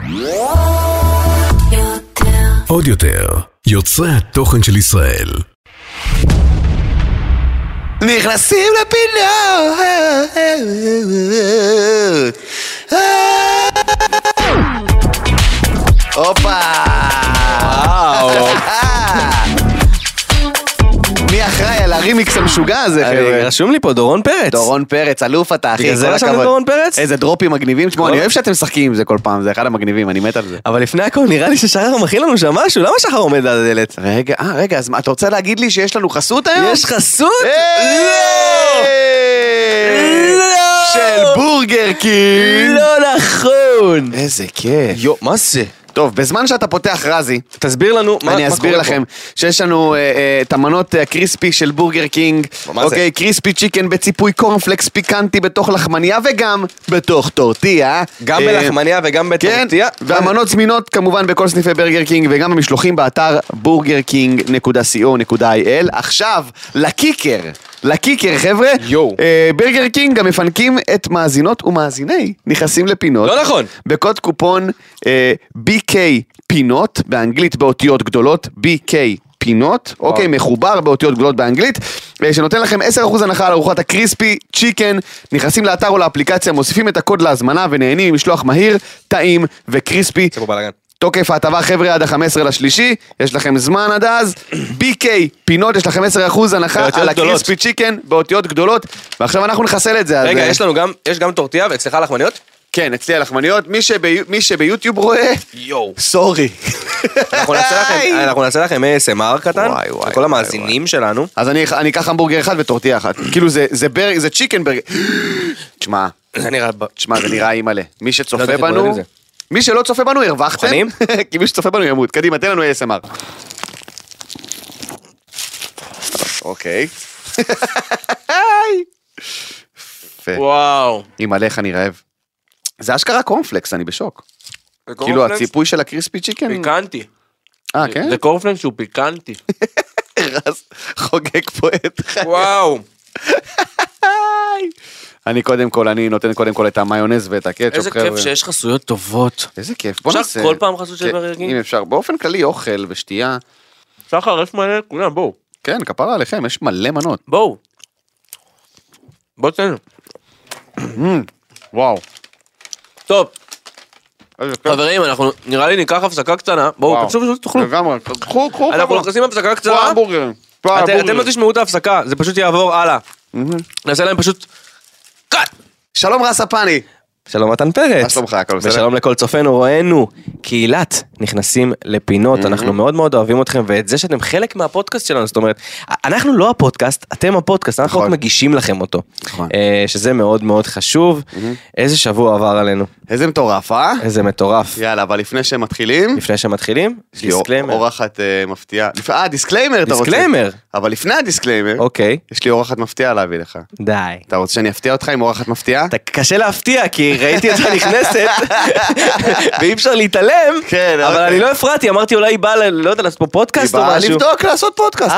עוד יותר, יוצרי התוכן של ישראל. נכנסים לפינה. הופה. מי אחראי על הרימיקס המשוגע הזה, חבר'ה? רשום לי פה דורון פרץ. דורון פרץ, אלוף אתה, אחי. בגלל זה רשם לדורון פרץ? איזה דרופים מגניבים. תשמעו, אני אוהב שאתם משחקים עם זה כל פעם, זה אחד המגניבים, אני מת על זה. אבל לפני הכל נראה לי ששחר מכין לנו שם משהו, למה שחר עומד על הדלת? רגע, אז אתה רוצה להגיד לי שיש לנו חסות היום? יש חסות? של בורגר קינג. לא נכון. איזה כיף. מה זה? טוב, בזמן שאתה פותח רזי, תסביר לנו מה קורה פה. אני אסביר לכם שיש לנו את המנות הקריספי של בורגר קינג. אוקיי, קריספי צ'יקן בציפוי קורנפלקס פיקנטי בתוך לחמניה וגם בתוך טורטיה. גם בלחמניה וגם בטורטיה. והמנות זמינות כמובן בכל סניפי בורגר קינג וגם במשלוחים באתר burgerking.co.il. עכשיו, לקיקר, חבר'ה. בורגר קינג גם מפנקים את מאזינות ומאזיני נכנסים לפינות. לא נכון. בקוד קופון BK פינות, באנגלית באותיות גדולות, BK פינות, אוקיי, מחובר באותיות גדולות באנגלית, שנותן לכם 10% הנחה על ארוחת הקריספי צ'יקן. נכנסים לאתר או לאפליקציה, מוסיפים את הקוד להזמנה ונהנים ממשלוח מהיר, טעים וקריספי. תוקף ההטבה, חבר'ה, עד ה-15/3, יש לכם זמן עד אז. BK פינות, יש לכם 10% הנחה על הקריספי צ'יקן באותיות גדולות, ועכשיו אנחנו נחסל את זה. רגע, יש גם טורטיה ואצלך לחמניות? כן, אצלי הלחמניות, מי שביוטיוב רואה, סורי. אנחנו נעשה לכם ASMR קטן, לכל המאזינים שלנו. אז אני אקח המבורגר אחד וטורטיה אחת. כאילו זה צ'יקן ברגר. תשמע, זה נראה אימא'לה. מי שצופה בנו, מי שלא צופה בנו, הרווחתם. כי מי שצופה בנו ימות. קדימה, תן לנו ASMR. אוקיי. וואו. אימא'לה, איך אני רעב. זה אשכרה קורנפלקס, אני בשוק. כאילו הציפוי של הקריספי צ'יקן. פיקנטי. כן? זה קורנפלקס שהוא פיקנטי. רז חוגג פה את חיים. וואו. אני נותן קודם כל את המיונז ואת הקטשופ. איזה כיף שיש חסויות טובות. איזה כיף. בוא נעשה. כל פעם חסות של בורגר קינג? אם אפשר. באופן כללי אוכל ושתייה. שחר, יש מלא, כולם, בואו. כן, כפרה עליכם, יש מלא מנות. בואו תנו. וואו. טוב. חברים, אנחנו נראה לי ניקח הפסקה קטנה. בואו, פשוט תאכלו. קחו. אנחנו נכנסים הפסקה קצרה. אתם לא תשמעו את ההפסקה, זה פשוט יעבור הלאה. נעשה להם פשוט קאט. שלום רס הפני. שלום מתן פרץ. מה שלומך, הכל בסדר? ושלום לכל צופינו, רואינו, קהילת נכנסים לפינות, אנחנו מאוד מאוד אוהבים אתכם, ואת זה שאתם חלק מהפודקאסט שלנו, זאת אומרת, אנחנו לא הפודקאסט, אתם הפודקאסט, אנחנו רק מגישים לכם אותו, שזה מאוד מאוד חשוב. איזה שבוע עבר עלינו. איזה מטורף, אה? איזה מטורף. יאללה, אבל לפני שמתחילים, דיסקליימר. אורחת מפתיעה. דיסקליימר, אתה רוצה? דיסקליימר. אבל לפני הדיסקליימר, יש לי אורחת מפתיעה להביא לך. די. אתה רוצה שאני אפתיע אותך עם אורחת מפתיעה? קשה להפתיע, כי ראיתי אותה נכנסת, ואי אפשר להתעלם, אבל אני לא הפרעתי, אמרתי אולי היא באה, לא יודע, לעשות פה פודקאסט או משהו. היא באה לבדוק לעשות פודקאסט.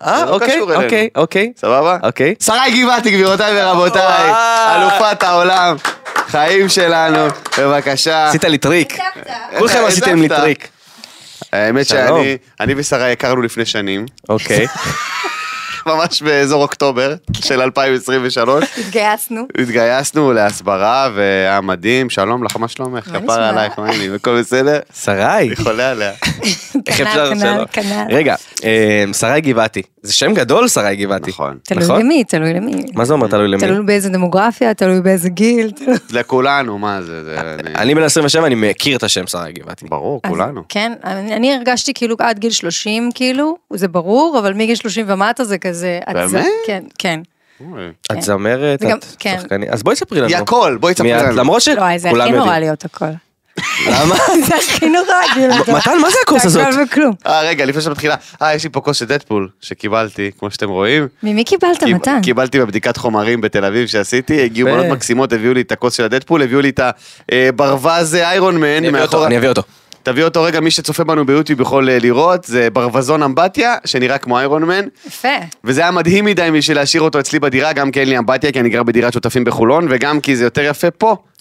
אוקיי. סבבה? אוקיי. שרי גבעתי, גבירותיי ורבותיי, אלופת העולם, חיים שלנו, בבקשה. עשית לי טריק. כולכם עשיתם לי טריק. האמת שאני ושרי הכרנו לפני שנים. אוקיי. ממש באזור אוקטובר של 2023. התגייסנו להסברה והיה מדהים. שלום לך, מה שלומך? כפר עלייך, מה העניינים? הכל בסדר? שרי. חולה עליה. איך אפשר שלא? רגע, שרי גבעתי. זה שם גדול, שרי גבעתי. נכון. תלוי למי. מה זה אומר תלוי למי? תלוי באיזה דמוגרפיה, תלוי באיזה גיל. לכולנו, מה זה? אני בן 27, אני מכיר את השם שרי גבעתי. ברור, כולנו. כן, אני הרגשתי כאילו עד גיל 30, כאילו, זה ברור, אבל מגיל 30 ומטה זה כזה... באמת? כן. את זמרת, את שחקנית. אז בואי ספרי לנו. הכל, בואי ספרי לנו. למרות שכולם יודעים. לא, זה הכי נורא להיות הכל. למה? זה הכי נורא. מתן, מה זה הכוס הזאת? זה הכל וכלום. רגע, לפני שמתחילה, יש לי פה כוס של דדפול שקיבלתי, כמו שאתם רואים. ממי קיבלת, מתן? קיבלתי בבדיקת חומרים בתל אביב שעשיתי, הגיעו בנות מקסימות, הביאו לי את הכוס של הדדפול, הביאו לי את הברווז איירון מן. אני אביא אותו. תביא אותו רגע, מי שצופה בנו ביוטיוב יכול לראות, זה ברווזון אמבטיה, שנראה כמו איירון מן. יפה. וזה היה מדהים מדי בשביל להשאיר אותו אצלי בדירה, גם כי אין לי אמבטיה, כי אני גר בדירת שותפים בחולון, וגם כי זה יותר יפה פה,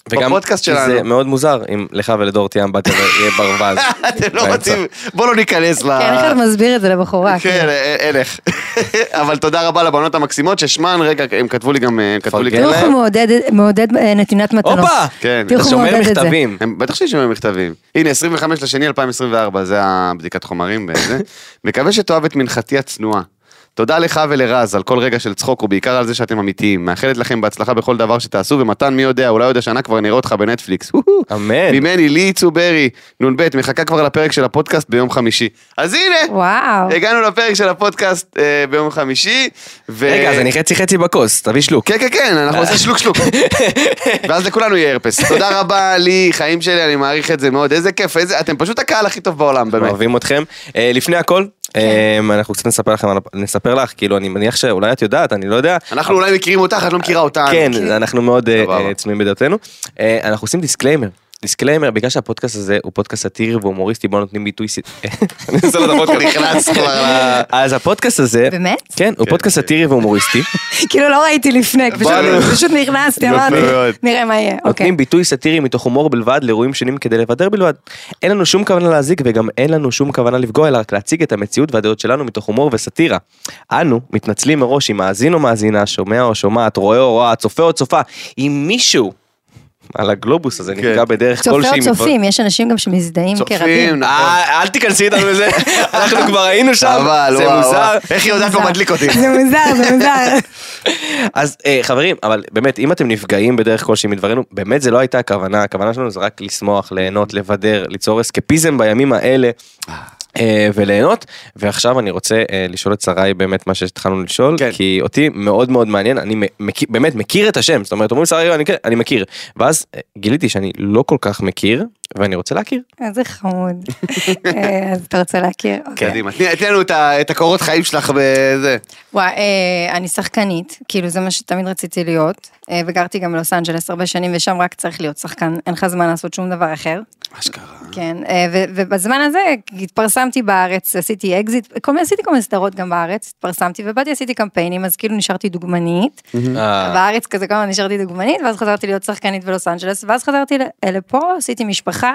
בפודקאסט שלנו. וגם זה מאוד מוזר, אם לך ולדור תהיה אמבטיה ויהיה ברווז. אתם לא רוצים, בוא לא ניכנס ל... כן, איך אתה מסביר את זה לבחורה? כן, אין איך. אבל תודה רבה לבנות המקסימות, ששמן, רגע, הם כתבו לי גם... תראו מעודד נתינת מתנות. הופה! כן. שומר מכתבים. בטח שהיא שומר מכתבים. הנה, 25/2/2024, זה הבדיקת חומרים וזה. מקווה שתאהב את מנחתי הצנועה. תודה לך ולרז על כל רגע של צחוק, ובעיקר על זה שאתם אמיתיים. מאחלת לכם בהצלחה בכל דבר שתעשו, ומתן מי יודע, אולי עוד השנה כבר נראה אותך בנטפליקס. אמן. ממני, לי צוברי, נ"ב, מחכה כבר לפרק של הפודקאסט ביום חמישי. אז הנה, וואו. הגענו לפרק של הפודקאסט ביום חמישי. רגע, אז אני חצי בכוס, תביא שלוק. כן, אנחנו עושים שלוק. ואז לכולנו יהיה הרפס. תודה רבה לי, חיים שלי, אני מעריך את זה מאוד. איזה כיף, אתם פשוט הקהל הכי טוב בעולם, באמת. אוהבים אתכם. לפני הכל, אנחנו קצת נספר לך, כאילו אני מניח שאולי את יודעת, אני לא יודע. אנחנו אולי מכירים אותך, את לא מכירה אותנו. כן, אנחנו מאוד צנועים בדעתנו. אנחנו עושים דיסקליימר, בגלל שהפודקאסט הזה הוא פודקאסט סאטירי והומוריסטי, בוא נותנים ביטוי אני עושה לו את הפודקאסט. נכנס כבר. אז הפודקאסט הזה, באמת? כן, הוא פודקאסט סאטירי והומוריסטי. כאילו לא ראיתי לפני, פשוט נכנסתי, אמרתי, נראה מה יהיה. נותנים ביטוי סאטירי מתוך הומור בלבד לאירועים שונים כדי לבדר בלבד. אין לנו שום כוונה להזיק וגם אין לנו שום כוונה לפגוע, אלא רק להציג את המציאות והדעות שלנו מתוך הומור וסאטירה. אנו מתנצלים מראש אם מאזין או מאזינה, שומע או שומעת, רואה או רואה, צופה או צופה, אם מישהו על הגלובוס הזה נפגע בדרך כלשהי. צופה או צופים, יש אנשים גם שמזדהים כרבים. אל תיכנסי איתנו לזה, אנחנו כבר היינו שם, זה מוזר. איך היא יודעת מה מדליק אותי? זה מוזר. אז חברים, אבל באמת, אם אתם נפגעים בדרך כלשהי מדברנו, באמת זה לא הייתה הכוונה, הכוונה שלנו זה רק לשמוח, ליהנות, לבדר, ליצור אסקפיזם בימים האלה. וליהנות, ועכשיו אני רוצה לשאול את שרי באמת מה שהתחלנו לשאול, כי אותי מאוד מאוד מעניין, אני באמת מכיר את השם, זאת אומרת, אומרים שרי, אני מכיר, ואז גיליתי שאני לא כל כך מכיר, ואני רוצה להכיר. איזה חמוד. אז אתה רוצה להכיר? קדימה, תני לנו את הקורות חיים שלך בזה. וואי, אני שחקנית, כאילו זה מה שתמיד רציתי להיות, וגרתי גם בלוס אנג'לס הרבה שנים, ושם רק צריך להיות שחקן, אין לך זמן לעשות שום דבר אחר. מה שקרה. כן, ובזמן הזה התפרסמתי בארץ, עשיתי אקזיט, עשיתי כל מיני סדרות גם בארץ, התפרסמתי ובאתי עשיתי קמפיינים, אז כאילו נשארתי דוגמנית, בארץ כזה כמה נשארתי דוגמנית, ואז חזרתי להיות שחקנית בלוס אנג'לס, ואז חזרתי לפה, עשיתי משפחה,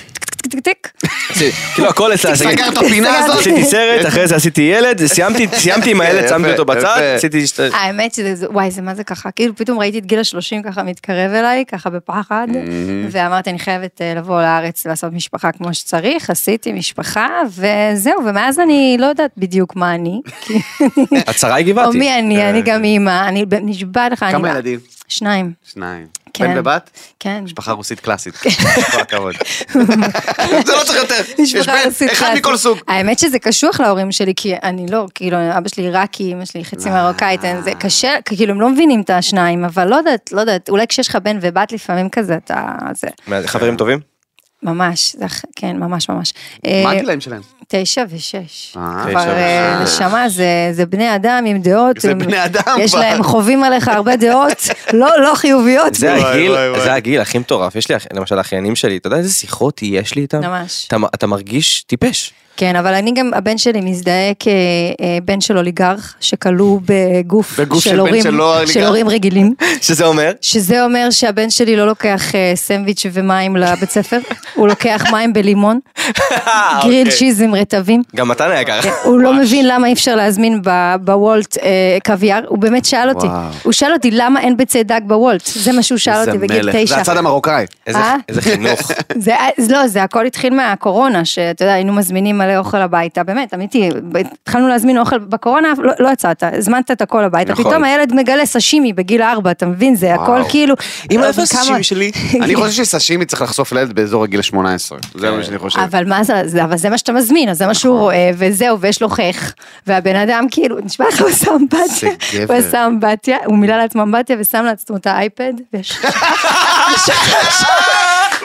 כאילו הכל אצלה, סגר את הפינה הזאת. עשיתי סרט, אחרי זה עשיתי ילד, סיימתי עם הילד, שמתי אותו בצד, עשיתי... האמת שזה, וואי זה מה זה ככה, כאילו פתאום ראיתי את גיל ה-30 ככה מתקרב אליי, ככה בפחד, ואמרתי אני חייבת לבוא לארץ לעשות משפחה כמו שצריך, עשיתי משפחה, וזהו, ומאז אני לא יודעת בדיוק מה אני. את שרי גבעתי. או מי אני גם אימא, אני נשבע לך. כמה ילדים? 2. בן ובת? כן. משפחה רוסית קלאסית. כל הכבוד. זה לא צריך יותר. יש בן, אחד מכל סוג. האמת שזה קשוח להורים שלי, כי אני לא, כאילו, אבא שלי עיראקי, אמא שלי חצי מרוקאית, זה קשה, כאילו הם לא מבינים את השניים, אבל לא יודעת, אולי כשיש לך בן ובת לפעמים כזה, אתה... חברים טובים? ממש, כן, ממש. מה הגילאים שלהם? 9 ו6. כבר נשמה, זה בני אדם עם דעות. זה בני אדם כבר. יש להם חווים עליך הרבה דעות, לא חיוביות. זה הגיל הכי מטורף. יש לי, למשל, האחיינים שלי, אתה יודע איזה שיחות יש לי איתם? ממש. אתה מרגיש טיפש. כן, אבל אני גם, הבן שלי מזדהה כבן של אוליגרך, שכלוא בגוף של הורים רגילים. שזה אומר? שזה אומר שהבן שלי לא לוקח סנדוויץ' ומים לבית ספר, הוא לוקח מים בלימון, גריל צ'יז עם רטבים. גם מתן היה ככה. הוא לא מבין למה אי אפשר להזמין בוולט קוויאר, הוא באמת שאל אותי. הוא שאל אותי למה אין ביצי דג בוולט, זה מה שהוא שאל אותי בגיל 9. זה הצד המרוקאי. איזה חינוך. לא, זה הכל התחיל מהקורונה, שאתה יודע, היינו מזמינים מלא אוכל הביתה, באמת, אמיתי, התחלנו להזמין אוכל בקורונה, לא יצאת, הזמנת את הכל הביתה, פתאום הילד מגלה סשימי בגיל 4, אתה מבין, זה הכל כאילו... אם איפה סשימי שלי? אני חושב שסשימי צריך לחשוף לילד באזור הגיל 18, זה מה שאני חושב. אבל מה זה, אבל זה מה שאתה מזמין, אז זה מה שהוא רואה, וזהו, ויש לו חך, והבן אדם כאילו, נשמע לך, הוא עשה אמבטיה, הוא מילא לעצמו אמבטיה, ושם לעצמו את האייפד,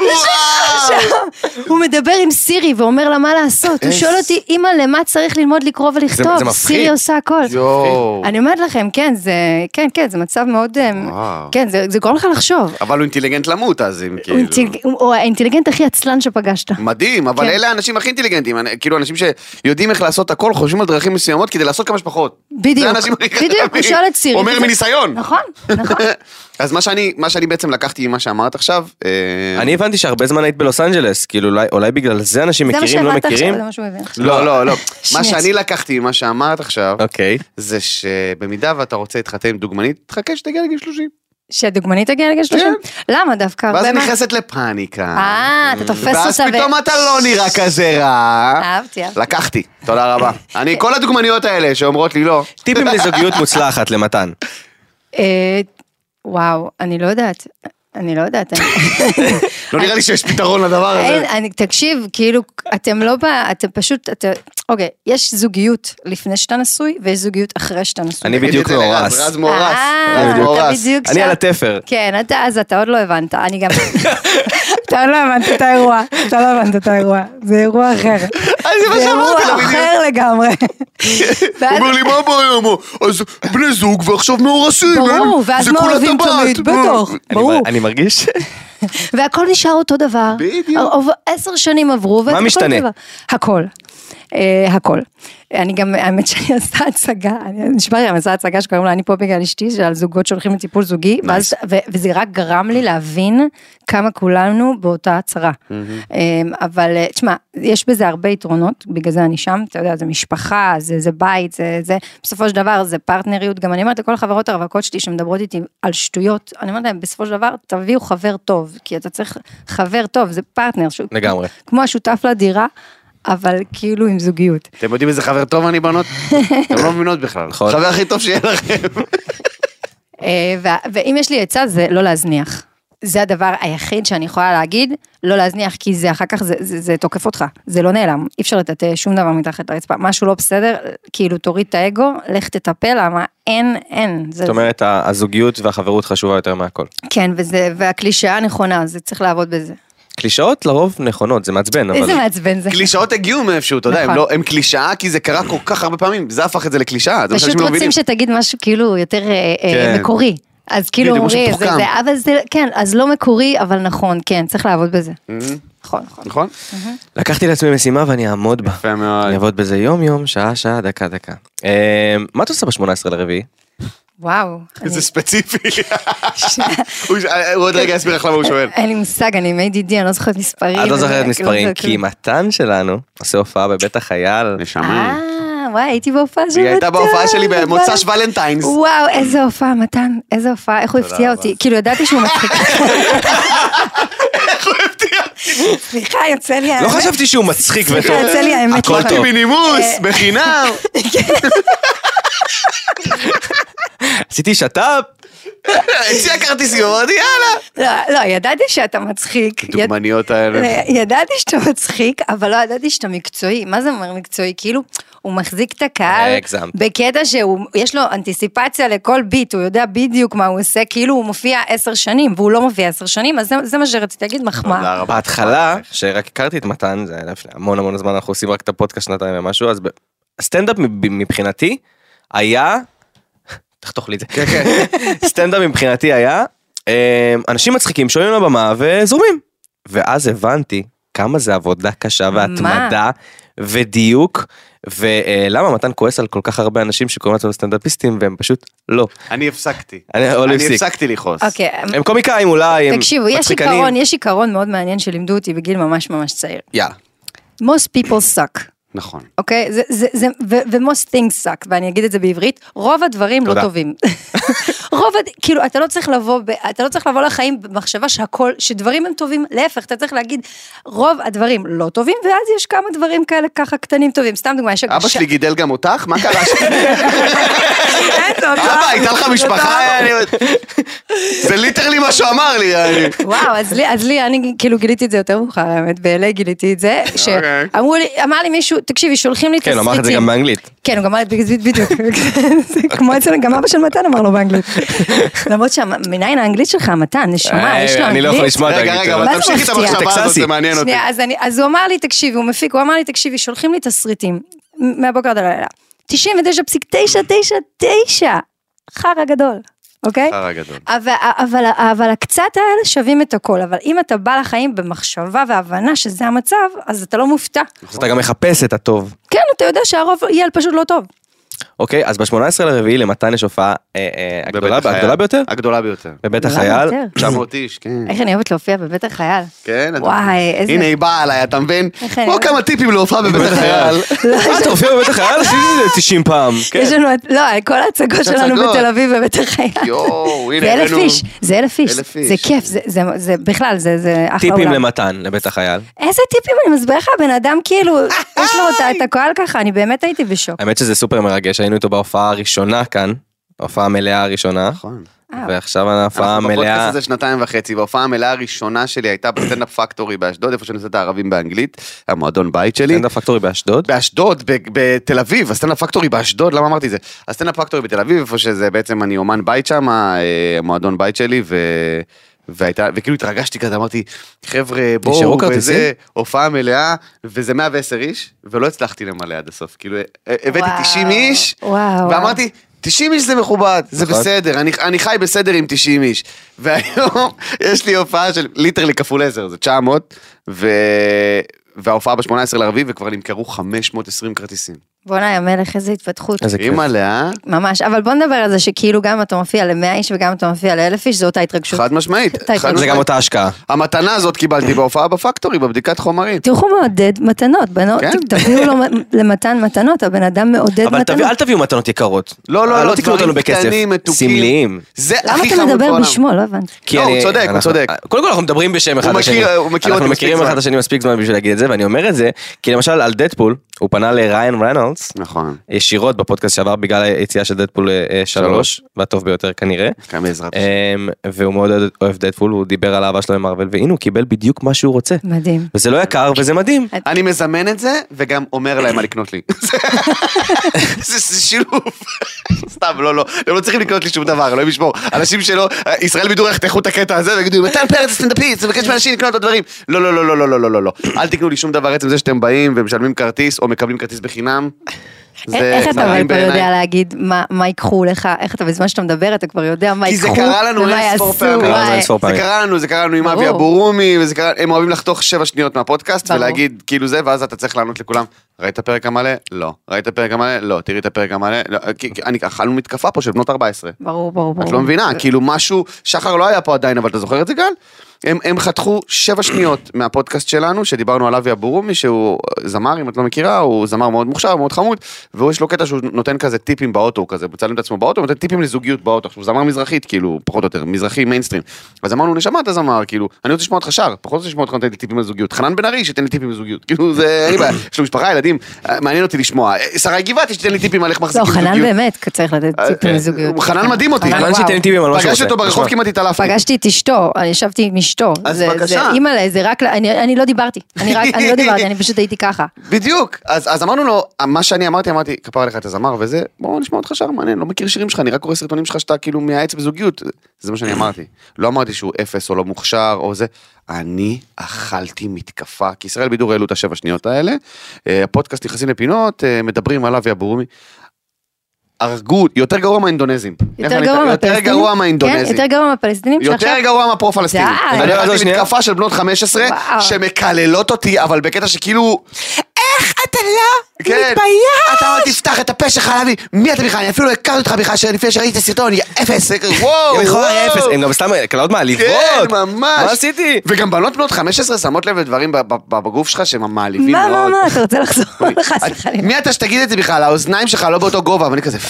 הוא מדבר עם סירי ואומר לה מה לעשות, הוא שואל אותי, אמא, למה צריך ללמוד לקרוא ולכתוב? סירי עושה הכל. אני אומרת לכם, כן, זה מצב מאוד, כן, זה גורם לך לחשוב. אבל הוא אינטליגנט למות, אז הוא האינטליגנט הכי עצלן שפגשת. מדהים, אבל אלה האנשים הכי אינטליגנטים, כאילו אנשים שיודעים איך לעשות הכל, חושבים על דרכים מסוימות כדי לעשות כמה שפחות. בדיוק, הוא שואל את סירי. אומר מניסיון. נכון. אז מה שאני בעצם לקחתי ממה שאמרת עכשיו, אני הבנתי שהרבה זמן היית בלוס אנג'לס, כאילו אולי בגלל זה אנשים מכירים, לא מכירים? לא. מה שאני לקחתי ממה שאמרת עכשיו, אוקיי. זה שבמידה ואתה רוצה להתחתן עם דוגמנית, תחכה שתגיע לגיל 30. שהדוגמנית תגיע לגיל 30? למה דווקא? ואז היא נכנסת לפאניקה. אתה תופס אותה. ואז פתאום אתה לא נראה כזה רע. אהבתי. לקחתי, תודה רבה. כל הדוגמניות האלה שאומרות לי לא. טיפים לזוגיות מוצלחת למתן. וואו, אני לא יודעת. לא נראה לי שיש פתרון לדבר הזה. תקשיב, כאילו, אתם פשוט, אוקיי, יש זוגיות לפני שאתה נשוי, ויש זוגיות אחרי שאתה נשוי. אני בדיוק מאורס. רז מאורס. אני על התפר. כן, אז אתה עוד לא הבנת, אני גם... אתה עוד לא הבנת את האירוע, זה אירוע אחר. זה אירוע אחר לגמרי. הוא אומר לי, מה הבעיה? אז בני זוג ועכשיו מאורסים. ברור, ואז מאורבים תמיד, בטח, ברור. אני מרגיש... והכל נשאר אותו דבר. בדיוק. 10 שנים עברו. מה משתנה? הכל. אני גם, האמת שאני עושה הצגה, נשמע לי, אני עושה הצגה שקוראים לה אני פה בגלל אשתי, שעל זוגות שהולכים לטיפול זוגי, וזה רק גרם לי להבין כמה כולנו באותה הצרה. אבל, תשמע, יש בזה הרבה יתרונות, בגלל זה אני שם, אתה יודע, זה משפחה, זה בית, זה, בסופו של דבר, זה פרטנריות, גם אני אומרת לכל החברות הרווקות שלי שמדברות איתי על שטויות, אני אומרת להם, בסופו של דבר, תביאו חבר טוב, כי אתה צריך חבר טוב, זה פרטנר, לגמרי. כמו השותף לדירה, אבל כאילו עם זוגיות. אתם יודעים איזה חבר טוב אני בנות? אתם לא מבינות בכלל. חבר הכי טוב שיהיה לכם. ואם יש לי עצה זה לא להזניח. זה הדבר היחיד שאני יכולה להגיד, לא להזניח, כי זה אחר כך זה תוקף אותך. זה לא נעלם. אי אפשר לטאטא שום דבר מתחת לרצפה. משהו לא בסדר, כאילו תוריד את האגו, לך תטפל, למה אין. זאת אומרת, הזוגיות והחברות חשובה יותר מהכל. כן, והקלישאה נכונה, זה צריך לעבוד בזה. קלישאות לרוב נכונות, זה מעצבן, אבל... איזה מעצבן זה? קלישאות הגיעו מאיפשהו, אתה יודע, הם קלישאה כי זה קרה כל כך הרבה פעמים, זה הפך את זה לקלישאה. פשוט רוצים שתגיד משהו כאילו יותר מקורי. אז כאילו אומרים, אבל זה, כן, אז לא מקורי, אבל נכון, כן, צריך לעבוד בזה. נכון. לקחתי לעצמי משימה ואני אעמוד בה. יפה מאוד. אני אעבוד בזה יום, שעה, דקה. מה אתה עושה ב-18 לרביעי? וואו. זה ספציפי. הוא עוד רגע יסביר לך למה הוא שואל. אין לי מושג, אני מיידידי, אני לא זוכרת מספרים. את לא זוכרת מספרים, כי מתן שלנו עושה הופעה בבית החייל. נשמה. וואי, הייתי בהופעה של מתן. היא הייתה בהופעה שלי במוצ"ש ולנטיינס. וואו, איזה הופעה, מתן, איזה הופעה, איך הוא הפתיע אותי. כאילו, ידעתי שהוא מצחיק. איך הוא הפתיע אותי? סליחה, יוצא לי האמת. לא חשבתי שהוא מצחיק וטוב. סליחה, יוצא לי האמת. הכל טוב. מינימוס, בחינם. עשיתי שטאפ. הציע כרטיסים, אמרתי יאללה. לא, ידעתי שאתה מצחיק. דוגמניות האלה. ידעתי שאתה מצחיק, אבל לא ידעתי שאתה מקצועי. מה זה אומר מקצועי? כאילו, הוא מחזיק את הקהל בקטע שיש לו אנטיסיפציה לכל ביט, הוא יודע בדיוק מה הוא עושה, כאילו הוא מופיע 10 שנים, והוא לא מופיע 10 שנים, אז זה מה שרציתי להגיד, מחמאה. בהתחלה, שרק הכרתי את מתן, זה לפני המון זמן, אנחנו עושים רק את הפודקאסט שנתיים ומשהו, אז סטנדאפ מבחינתי היה... תחתוך לי את זה. סטנדאפ מבחינתי היה, אנשים מצחיקים שואלים לבמה וזורמים. ואז הבנתי כמה זה עבודה קשה והתמדה ודיוק, ולמה מתן כועס על כל כך הרבה אנשים שקוראים לעצמם סטנדאפיסטים והם פשוט לא. אני הפסקתי. אני הפסקתי לכעוס. הם קומיקאים אולי, הם תקשיבו, יש עיקרון מאוד מעניין שלימדו אותי בגיל ממש צעיר. Most people suck. נכון. אוקיי? ו-most things suck, ואני אגיד את זה בעברית, רוב הדברים לא טובים. כאילו, אתה לא צריך לבוא לחיים במחשבה שדברים הם טובים, להפך, אתה צריך להגיד, רוב הדברים לא טובים, ואז יש כמה דברים כאלה ככה קטנים טובים. סתם דוגמה, אבא שלי גידל גם אותך? מה קרה? אבא, הייתה לך משפחה? זה ליטרלי מה שהוא אמר לי. וואו, אז לי, אני כאילו גיליתי את זה יותר מאוחר, האמת, ב-LA גיליתי את זה, שאמר לי מישהו, תקשיבי, שולחים לי כן, אמרת את זה גם באנגלית. כן, הוא גם אמר את זה בדיוק. כמו אצלנו, גם אבא של מתן אמר לו באנגלית. למרות שמניין האנגלית שלך, מתן, נשמע, יש לו אנגלית. אני לא יכול לשמוע את האנגלית. רגע, אבל תמשיכי את המחשבה הזאת, זה מעניין אותי. אז הוא אמר לי, תקשיבי, הוא מפיק, הוא אמר לי, תקשיבי, שולחים לי תסריטים, מהבוקר עד הלילה. 99.999, חרא גדול. אוקיי? אבל הקצת האלה שווים את הכל, אבל אם אתה בא לחיים במחשבה והבנה שזה המצב, אז אתה לא מופתע. אז אתה גם מחפש את הטוב. כן, אתה יודע שהרוב יהיה פשוט לא טוב. אוקיי, אז ב-18 לרביעי למתן יש הופעה הגדולה ביותר? הגדולה ביותר. בבית החייל. 900 איש, כן. איך אני אוהבת להופיע בבית החייל. כן. וואי, איזה... הנה היא באה עליי, אתה מבין? פה כמה טיפים להופעה בבית החייל. אתה הופיע בבית החייל? עשיתי את זה 90 פעם. יש לנו, לא, כל ההצגות שלנו בתל אביב בבית החייל. יואו, הנה. זה 1,000 איש. זה כיף, זה בכלל, זה אחלה עולם. טיפים למתן, לבית החייל. איזה טיפים? אני מסביר לך, בן אדם כאילו, יש לו את הקהל ככה, אני באמת הייתי בשוק. האמת שזה סופר מרגש, היינו איתו בהופעה הראשונה כאן, ההופעה המלאה הראשונה, ועכשיו ההופעה המלאה... בפודקאסט הזה 2.5, וההופעה המלאה הראשונה שלי הייתה בסטנדאפ פקטורי באשדוד, איפה שאני עושה את הערבים באנגלית, המועדון בית שלי. סטנדאפ פקטורי באשדוד? באשדוד, בתל אביב, הסטנדאפ פקטורי באשדוד, למה אמרתי זה? הסטנדאפ פקטורי בתל אביב, איפה שזה בעצם אני אומן בית שם, המועדון בית שלי, וכאילו התרגשתי כזה, אמרתי, חבר'ה, בואו, וזה הופעה מלאה, וזה 110 איש, ולא הצלחתי למלא עד הסוף, כאילו, הבאתי 90 איש, ואמרתי, 90 איש זה מכובד, זה בסדר, אני חי בסדר עם 90 איש, והיום יש לי הופעה של ליטרלי כפול 10, זה 900, וההופעה ב-18 לרביעי, וכבר נמכרו 520 כרטיסים. בוא'נה, המלך, איזה התפתחות. איזה כיף. ממש, אבל בוא נדבר על זה שכאילו גם אתה מופיע ל-100 איש וגם אתה מופיע ל-1,000 איש, זו אותה התרגשות. חד משמעית. זה גם אותה השקעה. המתנה הזאת קיבלתי בהופעה בפקטורי, בבדיקת חומרים. תראו מעודד מתנות, בנות, תביאו לו למתן מתנות, הבן אדם מעודד מתנות. אבל אל תביאו מתנות יקרות. לא תקנו אותנו בכסף. סמליים. למה אתה מדבר בשמו? לא הבנתי. הוא צודק. קודם כל אנחנו מדברים בשם אחד השני. אנחנו מכירים אחד השני מספיק זמן בשביל להגיד את זה, ואני אומר את זה, כי למשל על דדפול, הוא פנה לריין רנולדס, נכון. ישירות בפודקאסט שעבר בגלל היציאה של דדפול 3, והטוב ביותר כנראה. והוא מאוד אוהב דדפול, הוא דיבר על האהבה שלו למרוול, והנה הוא קיבל בדיוק מה שהוא רוצה. מדהים. וזה לא יקר, וזה מדהים. אני מזמן את זה, וגם אומר להם מה לקנות לי. זה שילוב. סתם, לא. הם לא צריכים לקנות לי שום דבר, לא הם ישמור. אנשים שלא, ישראל בידור יחתכו את הקטע הזה, ויגידו, מתן פרץ סטנדאפיסט, זה מבקש מאנשים לקנות את הדברים. לא. אל תקנו לי שום דבר, עצם זה שאתם באים ומשלמים כרטיס, או מקבלים כרטיס בחינם. איך אתה אבל כבר יודע להגיד מה ייקחו לך, איך אתה בזמן שאתה מדבר, אתה כבר יודע מה ייקחו, כי זה קרה לנו זה קרה לנו עם אבי אבורומי, הם אוהבים לחתוך 7 שניות מהפודקאסט, ולהגיד כאילו זה, ואז אתה צריך לענות לכולם, ראית הפרק המלא? לא. ראית הפרק המלא? לא. תראי את הפרק המלא? לא. אכלנו מתקפה פה של בנות 14. ברור. את לא מבינה, כאילו משהו, שחר לא היה פה עדיין, אבל אתה זוכר את זה גל? הם חתכו 7 שניות מהפודקאסט שלנו, שדיברנו על אבי אבורומי, שהוא זמר, אם את לא מכירה, הוא זמר מאוד מוכשר, מאוד חמוד, והוא יש לו קטע שהוא נותן כזה טיפים באוטו, הוא כזה מצלם את עצמו באוטו, הוא נותן טיפים לזוגיות באוטו, הוא זמר מזרחית, כאילו, פחות או יותר, מזרחי מיינסטרים. אז אמרנו, נשמע את הזמר, כאילו, אני רוצה לשמוע אותך שר, פחות רוצה לשמוע אותך נותן לי טיפים לזוגיות. חנן בן ארי שתן לי טיפים לזוגיות. כאילו, זה, אין לי בעיה, יש לו משפחה, ילדים, מעניין אותי לשמוע. שרי גבעתי שתן לי טיפים על איך מחזיקים זוגיות. לא, חנן באמת צריך לתת טיפים לזוגיות. חנן מדהים אותי. חנן שתן לי טיפים על מה שהוא פגשתי אותו ברחוב, כמעט התעלפתי. פגשתי את אשתו, אני ישבתי עם אשתו. אימא'לה, זה רק, אני לא דיברתי, אני פשוט הייתי ככה. בדיוק, אז אמרנו לו, מה שאני אמרתי, כפר עליך את הזמר וזה, בואו נשמע אותך שר, מעניין, לא מכיר שירים שלך, אני רק קורא סרטונים שלך שאתה כאילו מייעץ בזוגיות, זה מה שאני אמרתי. לא אמרתי שהוא אפס או לא מוכשר או זה, אני אכלתי מתקפה, כי ישראל בידור העלו את 7 שניות האלה, הפודקאסט נכנסים לפינות, מדברים על אבי אבורומי, הרגו, יותר גרוע מהאינדונזים. יותר גרוע מהאינדונזים. יותר גרוע מהפלסטינים. יותר גרוע מהפרו-פלסטינים. אני ראיתי מתקפה של בנות 15, שמקללות אותי, אבל בקטע שכאילו... איך אתה לא מתבייש? אתה לא תפתח את הפה שלך להביא, מי אתה בכלל? אני אפילו לא הכרתי אותך בכלל לפני שראיתי את הסרטון, יא אפס, וואו. הם גם סתם קללות מעליבות. כן, ממש. מה עשיתי? וגם בנות 15 שמות לב לדברים בגוף שלך שהם מעליבים מאוד. מה, אתה רוצה לחזור לך, סליחה לי. מי אתה שתגיד את זה בכלל? האוזניים שלך לא באותו גובה, ואני כזה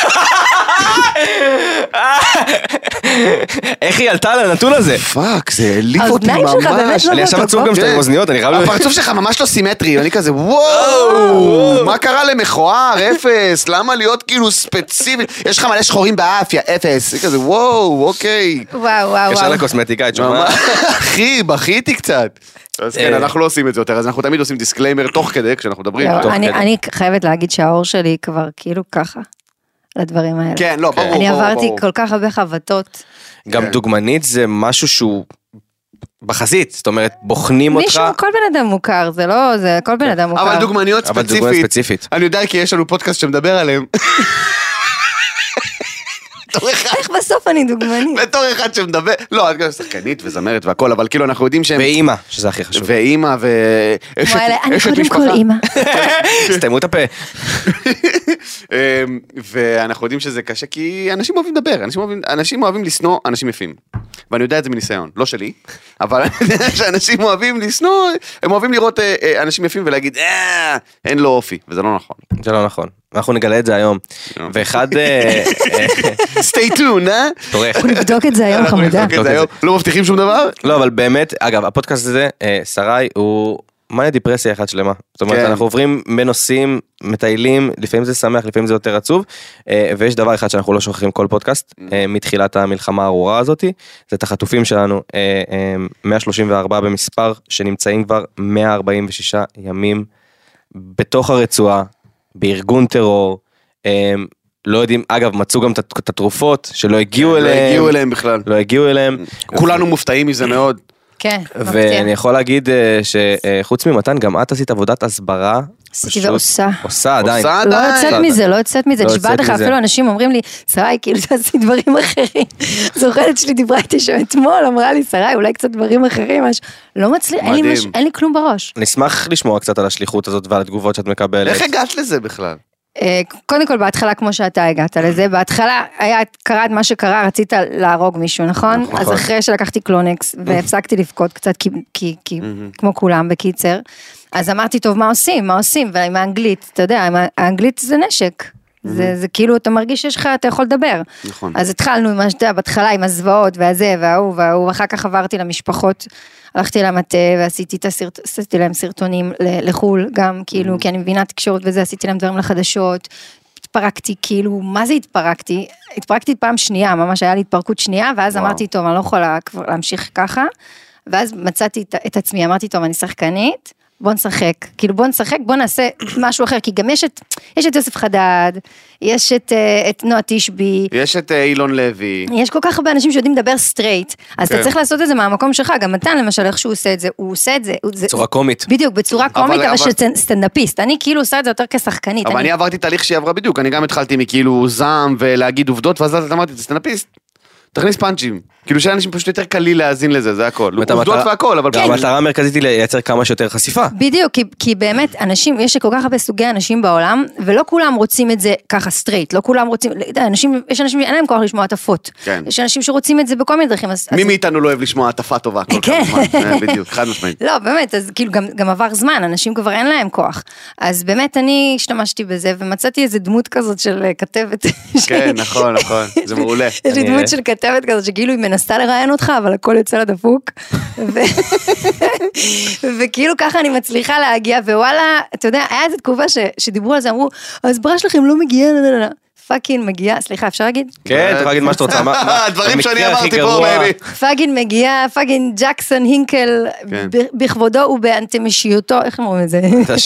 איך היא עלתה על הנתון הזה? פאק, זה העליף אותי ממש. אני עכשיו עצוב גם שאתה עם אוזניות, אני חייב... הפרצוף שלך ממש לא סימטרי, ואני כזה וואו, מה קרה למכוער, אפס, למה להיות כאילו ספציפי, יש לך מלא שחורים באף, יא אפס, כזה וואו, אוקיי. וואו. קשר לקוסמטיקאית, שומע? אחי, בכיתי קצת. אז כן, אנחנו לא עושים את זה יותר, אז אנחנו תמיד עושים דיסקליימר תוך כדי, כשאנחנו מדברים. אני חייבת להגיד שהאור שלי כבר כאילו ככה, לדברים האלה. כן, לא, ברור. אני עברתי כל כך הרבה חבטות. גם דוגמנית זה משהו שהוא בחזית, זאת אומרת, בוחנים אותך. מישהו, כל בן אדם מוכר, זה לא, זה כל בן אדם מוכר. אבל דוגמניות ספציפית. אני יודע כי יש לנו פודקאסט שמדבר עליהם. איך בסוף אני דוגמנית? בתור אחד שמדבר, לא, את גם שחקנית וזמרת והכל, אבל כאילו אנחנו יודעים שהם... ואימא, שזה הכי חשוב. ואימא אני קודם כל אימא. סתיימו את הפה. ואנחנו יודעים שזה קשה, כי אנשים אוהבים לדבר, אנשים אוהבים לשנוא אנשים יפים. ואני יודע את זה מניסיון, לא שלי, אבל אני יודע שאנשים אוהבים לשנוא, הם אוהבים לראות אנשים יפים ולהגיד, אין לו אופי, וזה לא נכון. זה לא נכון. אנחנו נגלה את זה היום. ואחד... stay tuned, תורך. אנחנו נבדוק את זה היום, חמודה. לא מבטיחים שום דבר? לא, אבל באמת, אגב, הפודקאסט הזה, שרי, הוא מניה דיפרסיה אחת שלמה. זאת אומרת, אנחנו עוברים מנושאים, מטיילים, לפעמים זה שמח, לפעמים זה יותר עצוב, ויש דבר אחד שאנחנו לא שוכחים כל פודקאסט, מתחילת המלחמה הארורה הזאת, זה את החטופים שלנו, 134 במספר, שנמצאים כבר 146 ימים בתוך הרצועה, בארגון טרור, לא יודעים, אגב, מצאו גם את התרופות שלא הגיעו אליהם. לא הגיעו אליהם בכלל. לא הגיעו אליהם. כולנו מופתעים מזה מאוד. כן. ואני יכול להגיד שחוץ ממתן, גם את עשית עבודת הסברה. עשיתי ועושה. עושה עדיין. לא יוצאת מזה, נשבעת לך, אפילו אנשים אומרים לי, שרי, כאילו תעשי דברים אחרים. זוכרת שלי דיברה איתי שם אתמול, אמרה לי, שרי, אולי קצת דברים אחרים, לא מצליח, אין לי כלום בראש. נשמח לשמוע קצת על השליחות הזאת ועל התגובות שאת מקבלת. איך הגעת לזה בכלל? קודם כל בהתחלה כמו שאתה הגעת לזה, בהתחלה קרה את מה שקרה, רצית להרוג מישהו, נכון? אז אחרי שלקחתי קלונקס והפסקתי לבכות קצת, כמו כולם בקיצר, אז אמרתי, טוב, מה עושים? ועם האנגלית, אתה יודע, האנגלית זה נשק, זה כאילו, אתה מרגיש שיש לך, אתה יכול לדבר. נכון. אז התחלנו בהתחלה עם הזוועות והזה וההוא, ואחר כך עברתי למשפחות, הלכתי למטה ועשיתי להם סרטונים לחול, גם כאילו, כי אני מבינה תקשורת וזה, עשיתי להם דברים לחדשות, התפרקתי, כאילו, מה זה התפרקתי? התפרקתי פעם שנייה, ממש היה לי התפרקות שנייה, ואז אמרתי, טוב, אני לא יכולה כבר להמשיך ככה, ואז מצאתי את עצמי, אמרתי, טוב, אני שחקנית, בוא נשחק, כאילו בוא נשחק, בוא נעשה משהו אחר, כי גם יש את יוסף חדד, יש את נועה תשבי, יש את אילון לוי, יש כל כך הרבה אנשים שיודעים לדבר סטרייט, אז אתה צריך לעשות את זה מהמקום שלך, גם מתן למשל איך שהוא עושה את זה, הוא עושה את זה, בצורה קומית, בדיוק, בצורה קומית, אבל שסטנדאפיסט, אני כאילו עושה את זה יותר כשחקנית. אבל אני עברתי תהליך שהיא עברה בדיוק, אני גם התחלתי מכאילו זעם ולהגיד עובדות, ואז את אמרתי, סטנדאפיסט, תכניס פאנצ'ים, כאילו שאנשים פשוט יותר קלי להאזין לזה, זה הכל, עובדות והכל, אבל המטרה המרכזית היא לייצר כמה שיותר חשיפה. בדיוק, כי באמת אנשים, יש כל כך הרבה סוגי אנשים בעולם, ולא כולם רוצים את זה ככה סטרייט, לא כולם רוצים, יש אנשים אין להם כוח לשמוע עטפות, יש אנשים שרוצים את זה בכל מיני דרכים. מי מאיתנו לא אוהב לשמוע עטפה טובה כל כמה זמן, בדיוק, חד משמעית. לא, באמת, אז כאילו גם עבר זמן, אנשים כבר אין להם כוח, אז באמת אני השתמשתי בזה, ומצאתי איזה דמות כזאת של כתבת. כן, נכון, זה מעולה. יש לי דמות של כתבת כזאת, שכאילו היא מנסה לראיין אותך, אבל הכל יוצא לדפוק, וכאילו ככה אני מצליחה להגיע, ווואלה, אתה יודע, היה איזו תגובה שדיברו על זה, אמרו, ההסברה שלכם לא מגיעה, פאקינג מגיעה, סליחה, אפשר להגיד? כן, אתה יכול להגיד מה שאתה רוצה, הדברים שאני אמרתי פה, בייבי. פאקינג מגיעה, פאקינג ג'קסון הינקל, בכבודו ובאנטישמיותו, איך אומרים את זה?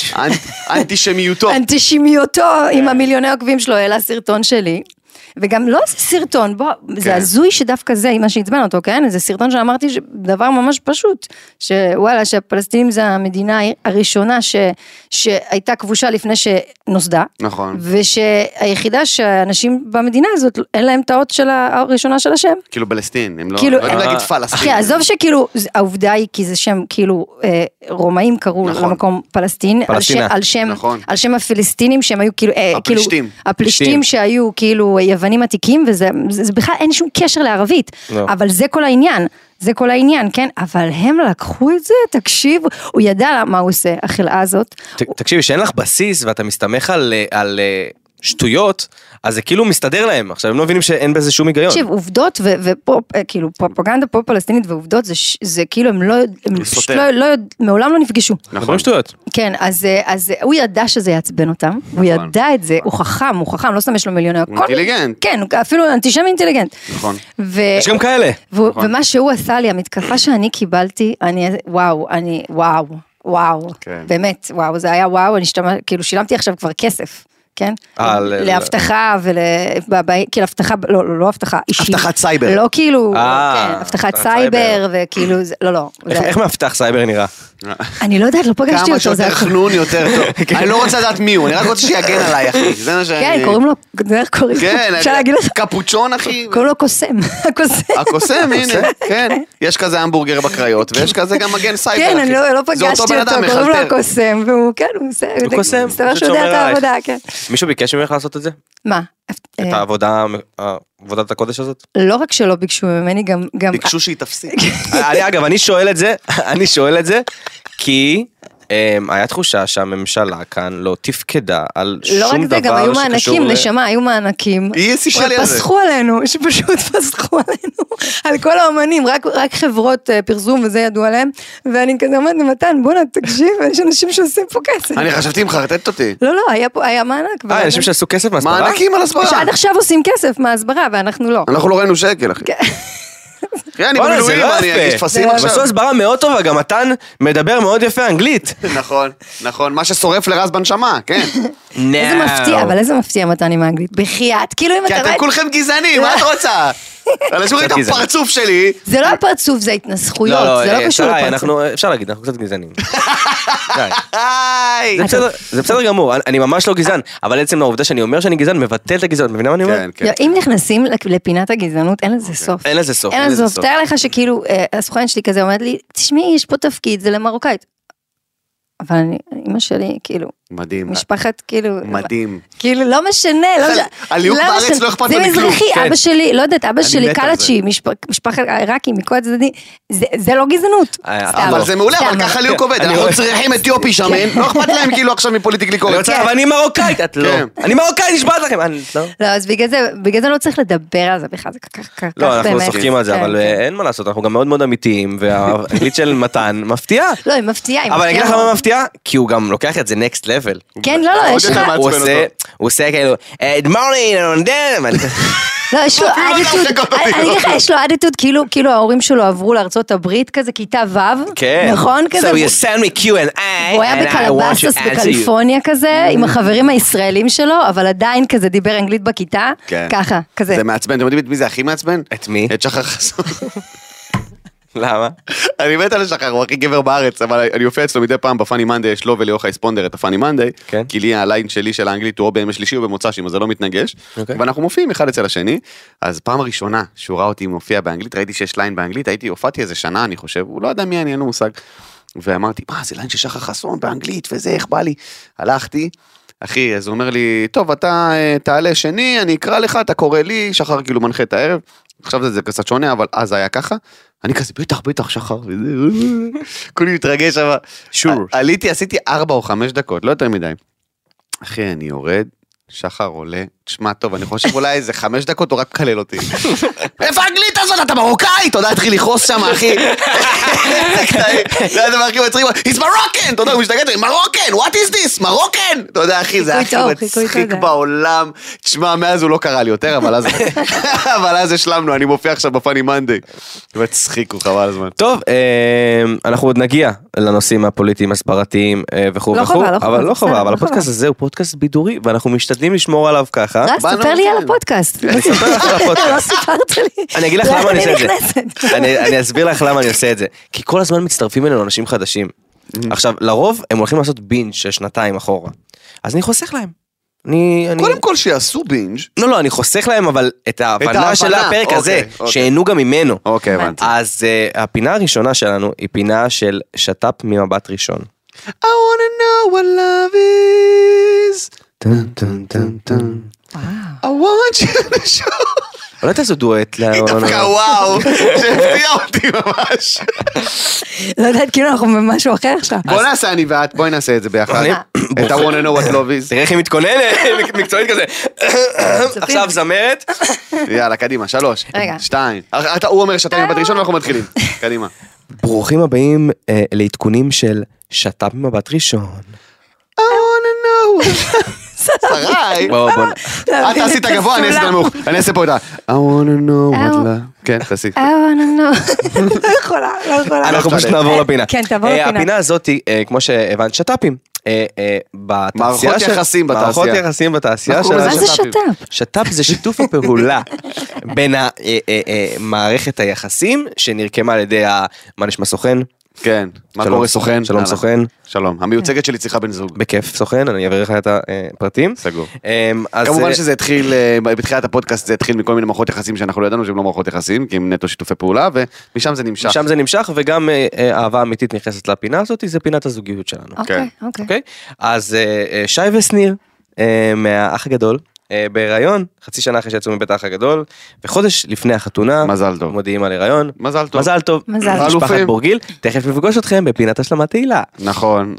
אנטישמיותו, עם המיליוני עוקבים שלו, העלה סרטון שלי. וגם לא זה סרטון, בוא, זה הזוי שדווקא זה, מה שהצבן אותו, כן? זה סרטון שאמרתי דבר ממש פשוט, שוואלה, שהפלסטינים זה המדינה הראשונה שהייתה כבושה לפני שנוסדה, נכון. ושהיחידה שהאנשים במדינה הזאת, אין להם תאות של הראשונה של השם. כאילו פלסטין, הם לא יודעים להגיד פלסטין. עזוב שכאילו, העובדה היא, כי זה שם, כאילו, רומאים קראו למקום פלסטין, על שם הפלסטינים שהם היו כאילו, הפלישתים שהיו כאילו יוונים עתיקים, וזה בכלל אין שום קשר לערבית, אבל זה כל העניין, כן? אבל הם לקחו את זה, תקשיב, הוא ידע מה הוא עושה, החלאה הזאת. תקשיבי, שאין לך בסיס, ואתה מסתמך על שטויות, אז זה כאילו מסתדר להם, עכשיו הם לא מבינים שאין בזה שום היגיון. תקשיב, עובדות כאילו פרופגנדה פה פלסטינית ועובדות, זה כאילו הם מעולם לא נפגשו. נכון שטויות. כן, אז הוא ידע שזה יעצבן אותם, הוא ידע את זה, הוא חכם, לא סתם יש לו מיליונר. הוא אינטליגנט. כן, אפילו אנטישמי אינטליגנט. נכון. יש גם כאלה. ומה שהוא עשה לי, המתקפה שאני קיבלתי, וואו, באמת, וואו, זה היה וואו, כאילו שילמתי עכשיו כבר כסף. כן? להבטחה כאילו הבטחה, לא הבטחה אישית. הבטחת סייבר. לא כאילו, כן, הבטחת סייבר וכאילו, לא. איך מאבטח סייבר נראה? אני לא יודעת, לא פגשתי אותו. כמה שיותר חנון יותר טוב. אני לא רוצה לדעת מי הוא, אני רק רוצה שיגן עליי, אחי. זה מה שאני... כן, קוראים לו, איך קוראים לו? כן, אפשר להגיד לך? קפוצ'ון, אחי. קוראים לו קוסם. הקוסם, הנה, כן. יש כזה המבורגר בקריות, ויש כזה גם מגן סייבר, כן, אני לא פגשתי אותו, קוראים לו הקוסם, והוא, כן, הוא קוסם. מסתבר שהוא יודע את העבודה, כן. מישהו ביקש ממך לעשות את זה? מה? את עבודת הקודש הזאת? לא רק שלא ביקשו ממני, גם... ביקשו שהיא תפסיק. אגב, אני שואל את זה, כי היה תחושה שהממשלה כאן לא תפקדה על שום דבר שקשור... לא רק זה, גם היו מענקים, נשמה, היו מענקים. היא סיפרה לי על זה. שפסחו עלינו, שפשוט פסחו עלינו, על כל האומנים, רק חברות פרסום וזה ידעו עליהם, ואני כזה אומרת, מתן, בוא'נה, תקשיב, יש אנשים שעושים פה כסף. אני חשבתי מחרטט אותי. לא, היה מענק. אנשים שעשו כסף מהסברה? מענקים על הסברה. שעד עכשיו עושים כסף מהסברה, ואנחנו לא. אנחנו לא ראינו שקל, אחי. אני במילואים, אני אגיש טפסים עכשיו. בסוף הסברה מאוד טובה, גם מתן מדבר מאוד יפה אנגלית. נכון, מה ששורף לרז בנשמה, כן. איזה מפתיע, אבל איזה מפתיע מתן עם האנגלית, בחייאת, כאילו אם אתה... כי אתם כולכם גזענים, מה את רוצה? אנשים רואים את הפרצוף שלי. זה לא הפרצוף, זה התנסחויות, זה לא קשור לפרצוף. אפשר להגיד, אנחנו קצת גזענים. זה בסדר גמור, אני ממש לא גזען, אבל עצם העובדה שאני אומר שאני גזען, מבטל את הגזענות, מבינה מה אני אומר? אם נכנסים לפינת הגזענות, אין לזה סוף. אין לזה סוף. תאר לך שכאילו, הסוכן שלי כזה אומרת לי, תשמעי, יש פה תפקיד, זה למרוקאית. אבל אמא שלי, כאילו, מדהים. משפחת, כאילו, מדהים. כאילו, לא משנה, הליהוק בארץ לא אכפת לו מכלום. זה מזרחי, אבא שלי, לא יודעת, אבא שלי קלצ'י, משפחת עיראקי, מכל הצדדים, זה לא גזענות. אבל זה מעולה, אבל ככה ליהוק עובד, אנחנו צריכים אתיופי שמן, לא אכפת להם כאילו עכשיו מפוליטיקלי קורקט. אבל אני מרוקאית, את לא. אני מרוקאית, נשבעת לכם. לא, אז בגלל זה לא צריך לדבר על זה בכלל, זה ככה. לא, אנחנו צוחקים על זה, אבל אין מה לעשות, אנחנו גם מאוד מאוד אמיתיים, והאנגלית של מתן מפתיעה. לא, היא מפתיעה. אבל אני אגיד לך מה מפתיעה, כי הוא גם לוקח את זה next level. כן, לא, יש לך... הוא עושה כאילו, good morning, לא, יש לו אדיטוד, אני אגיד לך, יש לו אדיטוד, כאילו ההורים שלו עברו לארצות הברית כזה, כיתה ו', נכון כזה? So you send me Q&A, הוא היה בקלבאסוס בקליפורניה כזה, עם החברים הישראלים שלו, אבל עדיין כזה דיבר אנגלית בכיתה, ככה, כזה. זה מעצבן, אתם יודעים את מי זה הכי מעצבן? את מי? את שחר חסון. למה? אני מת על שחר, הוא הכי גבר בארץ, אבל אני אופיע אצלו מדי פעם בפאני מנדי, יש לו וליוחאי ספונדר את הפאני מנדי, כי לי הליין שלי של האנגלית הוא או בימי שלישי או במוצ"שים, אז זה לא מתנגש, ואנחנו מופיעים אחד אצל השני, אז פעם הראשונה שהוא ראה אותי מופיע באנגלית, ראיתי שיש ליין באנגלית, הופעתי איזה שנה, אני חושב, הוא לא יודע מי אני, אין לו מושג, ואמרתי, מה, זה ליין של שחר חסון באנגלית, וזה, איך בא לי? הלכתי, אחי, אז הוא אומר לי, טוב, אתה תעלה שני, אני אקרא לך, אתה קורא לי, שחר כאילו מנחה את הערב, עכשיו זה קצת שונה, אבל אז היה ככה, אני כזה, בטח, שחר, כולי מתרגש, אבל עליתי, עשיתי 4 או 5 דקות, לא יותר מדי. אחי, אני יורד, שחר עולה, תשמע טוב, אני חושב אולי איזה 5 דקות, הוא רק מקלל אותי. איפה האנגלית הזאת, אתה מרוקאי? אתה יודע, התחיל לכעוס שם, אחי. זה הדבר הכי מצחיק, he's Moroccan, אתה יודע, הוא משתגע, Moroccan, what is this, Moroccan? אתה יודע, אחי, זה הכי מצחיק בעולם. תשמע, מאז הוא לא קרא לי יותר, אבל אז השלמנו, אני מופיע עכשיו בפאני מנדי. מצחיק, הוא חבל הזמן. טוב, אנחנו עוד נגיע לנושאים הפוליטיים, הסברתיים וכו' וכו', אבל לא חובה, אבל הפודקאסט הזה הוא פודקאסט בידורי, ואנחנו משתדלים לשמור עליו ככה. ספר לי על הפודקאסט. לא סיפרת לי. אני אגיד לך למה אני עושה את זה. אני אסביר לך למה אני עושה את זה. כי כל הזמן מצטרפים אלינו אנשים חדשים. עכשיו, לרוב הם הולכים לעשות בינג' של 2 אחורה. אז אני חוסך להם. קודם כל שיעשו בינג'. לא, אני חוסך להם, אבל את ההבנה של הפרק הזה, שהנו גם ממנו. אוקיי, הבנתי. אז הפינה הראשונה שלנו היא פינה של שטאפ ממבט ראשון. I wanna know what love is. I want you to show. אולי תעשו דואט. דווקא וואו, שהפתיע אותי ממש. לא יודעת, כאילו אנחנו במשהו אחר עכשיו. בוא נעשה אני ואת, בואי נעשה את זה ביחד. את ה-wanna know what love is. תראה איך היא מתכוננת, מקצועית כזה. עכשיו זמרת. יאללה, קדימה, 3, 2. הוא אומר שאתה מבט ראשון ואנחנו מתחילים. קדימה. ברוכים הבאים לעדכונים של שת"פ ממבט ראשון. I wanna know. שריי. את תעשי את הגבוה, אני אעשה את הנמוך. אני אעשה פה את ה... I wanna know what love. כן, תעשי. I wanna know. לא יכולה. אנחנו פשוט נעבור לפינה. כן, תעבור לפינה. הפינה הזאת, כמו שהבנת, שת"פים. מערכות יחסים בתעשייה. מערכות יחסים בתעשייה. מה זה שת"פ? שת"פ זה שיתוף הפעולה בין מערכת היחסים שנרקמה על ידי מה נשמע סוכן. כן, מה קורה סוכן? שלום סוכן. שלום, המיוצגת שלי צריכה בן זוג. בכיף סוכן, אני אעביר לך את הפרטים. סגור. כמובן שזה התחיל, בתחילת הפודקאסט זה התחיל מכל מיני מערכות יחסים שאנחנו לא ידענו שהן לא מערכות יחסים, כי הם נטו שיתופי פעולה, ומשם זה נמשך. משם זה נמשך, וגם אהבה אמיתית נכנסת לפינה הזאת, זה פינת הזוגיות שלנו. אוקיי. אז שי וסניר, מהאח הגדול, בהיריון, חצי שנה אחרי שיצאו מבית האח הגדול, וחודש לפני החתונה, מזל טוב. מודיעים על הריון. מזל טוב. מזל טוב. משפחת בורגיל, תכף נפגוש אתכם בפינת השלמת תהילה. נכון.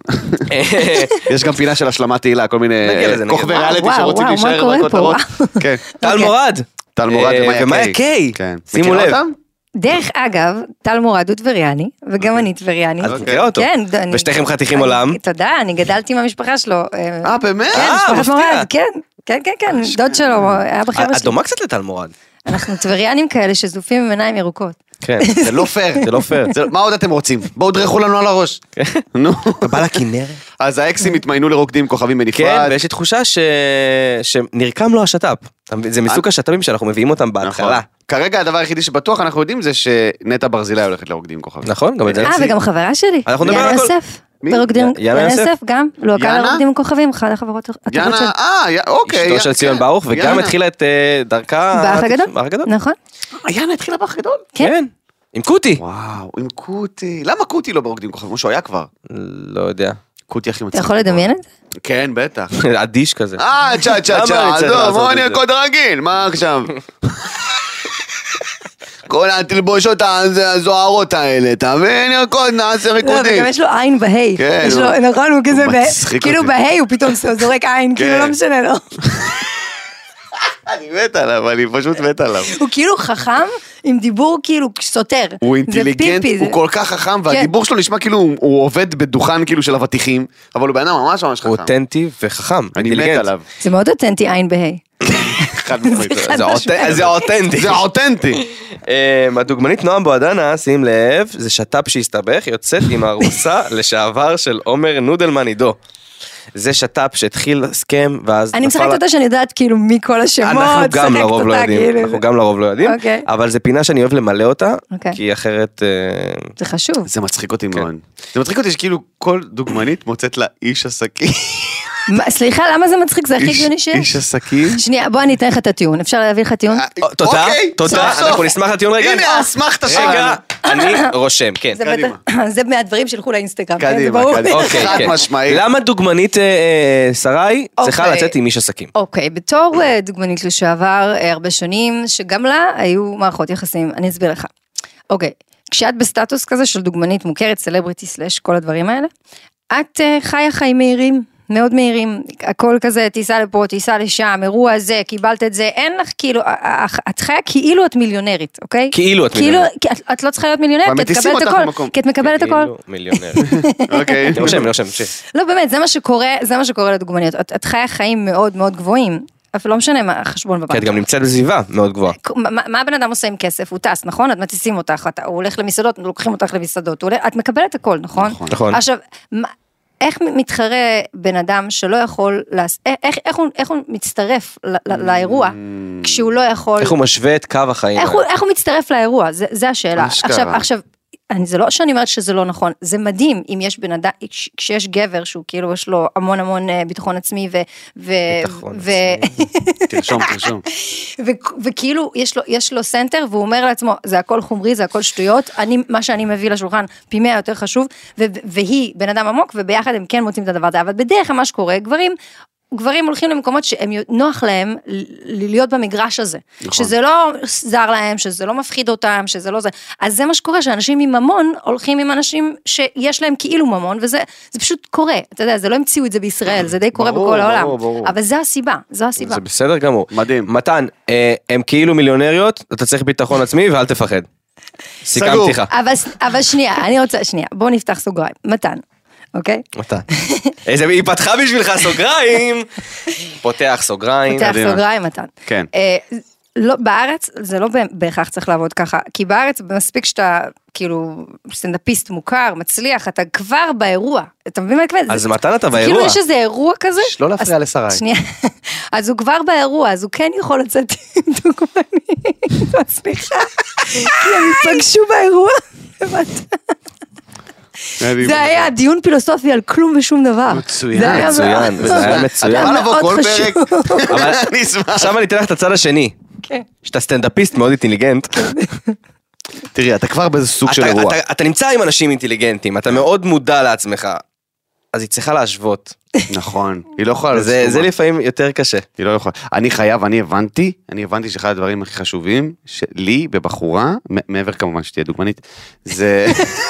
יש גם פינה של השלמת תהילה, כל מיני כוכבי ריאליטי שרוצים להישאר בכותרות. טל מורד. טל מורד ומאיה קיי. שימו לב. דרך אגב, טל מורד הוא טבריאני, וגם אני טבריאני. אז תקרא אותו. ושתיכם חתיכים עולם. תודה, אני גדלתי עם המשפחה שלו. באמת? כן, משפחת מורד, כן, דוד שלו היה בחבר'ה את שלי. דומה קצת לטל מורד. אנחנו טבריאנים כאלה שזופים עם עיניים ירוקות. כן. זה לא פייר. זה לא פייר. מה עוד אתם רוצים? בואו דרכו לנו על הראש. נו. בא לכנרת. אז האקסים התמיינו לרוקדים כוכבים בנפרד. כן, ויש לי תחושה שנרקם לו השת"פ. זה מסוג השת"פים שאנחנו מביאים אותם בהתחלה. כרגע הדבר היחידי שבטוח אנחנו יודעים זה שנטע ברזילי הולכת לרוקדים כוכבים. נכון, גם את זה. וגם חברה שלי. אנחנו נדבר על הכל. יאנה יוסף גם, לא, גם לרוקדים עם כוכבים, אחד החברות הטובות שלי. אוקיי. אשתו של ציון ברוך, וגם התחילה את דרכה... באח הגדול. נכון. יאנה התחילה באח הגדול? כן. עם קוטי. וואו, עם קוטי. למה קוטי לא ברוקדים כוכבים? שהוא היה כבר. לא יודע. קוטי הכי מצחיק. אתה יכול לדמיין את זה? כן, בטח. אדיש כזה. צ'ה, בואו אני הקוד רגיל, מה עכשיו? כל התלבושות הזוהרות האלה, תבין, הכל נעשה ריקודים. לא, וגם יש לו עין בהי. יש לו, נכון, הוא כזה, כאילו בהי הוא פתאום זורק עין, כאילו לא משנה לו. אני מת עליו, אני פשוט מת עליו. הוא כאילו חכם עם דיבור כאילו סותר. הוא אינטליגנט, הוא כל כך חכם, והדיבור שלו נשמע כאילו הוא עובד בדוכן כאילו של הוותיכים, אבל הוא בעיניו ממש ממש חכם. הוא אותנטי וחכם. אני מת עליו. זה מאוד אותנטי עין בהי. זה אותנטי. זה אותנטי. הדוגמנית נועם בועדנה, שים לב, זה שת"פ שהסתבך, יוצאת עם הרוסה לשעבר של עומר נודלמן עידו. זה שת"פ שהתחיל הסכם, ואז... אני משחקת אותה שאני יודעת כאילו מי כל השמות, אנחנו גם לרוב לא יודעים, אנחנו גם לרוב לא יודעים, אבל זה פינה שאני אוהב למלא אותה, כי אחרת... זה חשוב. זה מצחיק אותי מאוד. זה מצחיק אותי שכאילו כל דוגמנית מוצאת לה איש עסקים. סליחה, למה זה מצחיק? זה הכי הגיוני שיש? איש עסקים. שנייה, בוא אני אתן לך את הטיעון. אפשר להביא לך טיעון? תודה, אנחנו נשמח לטיעון רגע. הנה, אסמכתה שלנו. רגע, אני רושם, כן. זה מהדברים שילכו לאינסטגרם. קדימה, חד משמעית. למה דוגמנית שריי צריכה לצאת עם איש עסקים? אוקיי, בתור דוגמנית לשעבר הרבה שנים, שגם לה היו מערכות יחסים. אני אסביר לך. אוקיי, כשאת בסטטוס כזה של דוגמנית מוכרת, סלבריטי סלש, כל הדברים האלה, את חיה חיים מהירים. מאוד מהירים, הכל כזה, תיסע לפה, תיסע לשם, אירוע זה, קיבלת את זה, אין לך כאילו, את חיה כאילו את מיליונרית, אוקיי? כאילו את מיליונרית. את לא צריכה להיות מיליונרית, כי את מקבלת הכל, כי את מקבלת הכל. כאילו מיליונרית. אוקיי. נרשם. לא, באמת, זה מה שקורה לדוגמניות, את חיה חיים מאוד מאוד גבוהים, אפילו לא משנה מה החשבון בבנק. כי את גם נמצאת בסביבה מאוד גבוהה. מה הבן אדם עושה עם כסף? הוא טס, נכון? את מטיסים אותך, הוא הולך למסעדות, לוקחים אותך למסעדות, את מקבלת הכל, נכון? נכון. עכשיו, איך מתחרה בן אדם שלא יכול, איך הוא מצטרף לאירוע, כשהוא לא יכול... איך הוא משווה את קו החיים? איך הוא מצטרף לאירוע, זה השאלה. עכשיו, זה לא שאני אומרת שזה לא נכון, זה מדהים אם יש בן אדם, כשיש גבר שהוא כאילו יש לו המון המון ביטחון עצמי תרשום. וכאילו יש לו סנטר והוא אומר לעצמו, זה הכל חומרי, זה הכל שטויות, מה שאני מביא לשולחן פי 100 יותר חשוב, והיא בן אדם עמוק וביחד הם כן מוצאים את הדבר הזה, אבל בדרך כלל מה שקורה, גברים גברים הולכים למקומות שהם נוח להם להיות במגרש הזה. שזה לא זר להם, שזה לא מפחיד אותם, שזה לא זה. אז זה מה שקורה, שאנשים עם ממון הולכים עם אנשים שיש להם כאילו ממון, וזה פשוט קורה. אתה יודע, זה לא המציאו את זה בישראל, זה די קורה בכל העולם. אבל זו הסיבה, זו הסיבה. זה בסדר גמור. מדהים. מתן, הם כאילו מיליונריות, אתה צריך ביטחון עצמי ואל תפחד. סיכמתי לך. אבל שנייה, אני רוצה, שנייה, בואו נפתח סוגריים. מתן. אוקיי? מתן. איזה, היא פתחה בשבילך סוגריים. פותח סוגריים. פותח סוגריים, מתן. כן. לא, בארץ זה לא בהכרח צריך לעבוד ככה, כי בארץ מספיק שאתה כאילו סטנדאפיסט מוכר, מצליח, אתה כבר באירוע, אתה מבין מה אני מתכוונת? אז מתן אתה באירוע? כאילו יש איזה אירוע כזה? לא להפריע לשריי. שנייה, אז הוא כבר באירוע, אז הוא כן יכול לצאת עם דוגמנית, סליחה, כי הם פגשו באירוע, זה היה דיון פילוסופי על כלום ושום דבר. מצוין, מצוין, זה היה מצוין. אתה בא לבוא כל פרק, אבל עכשיו אני אתן לך את הצד השני, שאתה סטנדאפיסט מאוד אינטליגנט. תראי, אתה כבר באיזה סוג של אירוע. אתה נמצא עם אנשים אינטליגנטים, אתה מאוד מודע לעצמך, אז היא צריכה להשוות. נכון, היא לא יכולה... זה לפעמים יותר קשה. היא לא יכולה. אני הבנתי שאחד הדברים הכי חשובים, שלי בבחורה, מעבר כמובן שתהיה דוגמנית, זה...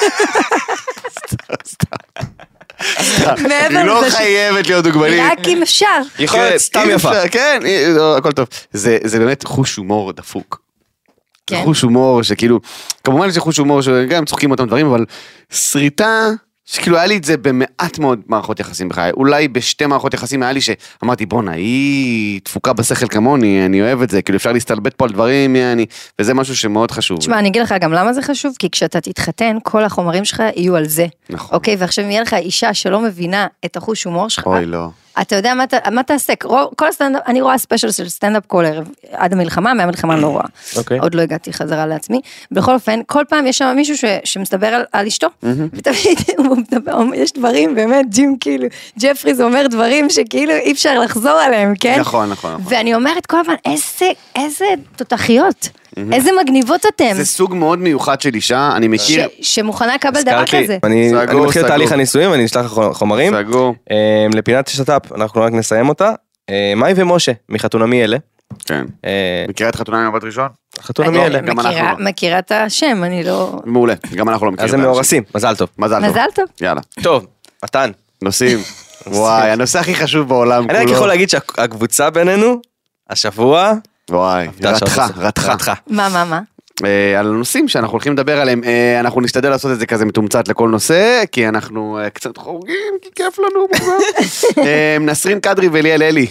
היא לא חייבת להיות דוגמנית. רק אם אפשר. היא יכולה להיות סתם יפה. כן, הכל טוב. זה באמת חוש הומור דפוק. כן. חוש הומור שכאילו, כמובן שחוש הומור שגם צוחקים אותם דברים, אבל שריטה, שכאילו היה לי את זה במעט מאוד מערכות יחסים בחיי, אולי בשתי מערכות יחסים היה לי שאמרתי בונה, היא תפוקה בשכל כמוני, אני אוהב את זה, כאילו אפשר להסתלבט פה על דברים, וזה משהו שמאוד חשוב. תשמע, אני אגיד לך גם למה זה חשוב, כי כשאתה תתחתן, כל החומרים שלך יהיו על זה. נכון. אוקיי, ועכשיו אם יהיה לך אישה שלא מבינה את החוש הומור שלך, אוי לא. אתה יודע מה תעשה, כל הסטנדאפ, אני רואה ספיישל של סטנדאפ כל ערב, עד המלחמה, מהמלחמה אני לא רואה. עוד לא הגעתי חזרה לעצמי. בכל אופן, כל פעם יש שם מישהו שמסתבר על אשתו, ותמיד יש דברים, באמת, ג'פריז אומר דברים שכאילו אי אפשר לחזור עליהם, כן? נכון. ואני אומרת כל פעם, איזה תותחיות, איזה מגניבות אתם. זה סוג מאוד מיוחד של אישה, אני מכיר... שמוכנה לקבל דבר כזה. אני מתחיל תהליך הניסויים, ואני אשלח חומרים. סגור. לפינת שת"פ, אנחנו רק נסיים אותה. מאי ומשה, מחתונמי אלה. כן. מכירה את חתונה עם הבת ראשון? חתונמי אלה. גם אנחנו לא. מכירה את השם, אני לא... מעולה, גם אנחנו לא מכירים. אז הם מאורסים, מזל טוב. מזל טוב. יאללה. טוב, מתן. נוסעים. וואי, הנושא הכי חשוב בעולם כולו. אני רק יכול להגיד שהקבוצה בינינו, השבוע... וואי, רתחה. מה? על הנושאים שאנחנו הולכים לדבר עליהם, אנחנו נשתדל לעשות את זה כזה מתומצת לכל נושא, כי אנחנו קצת חורגים, כי כיף לנו. נסרין קדרי וליאל אלי.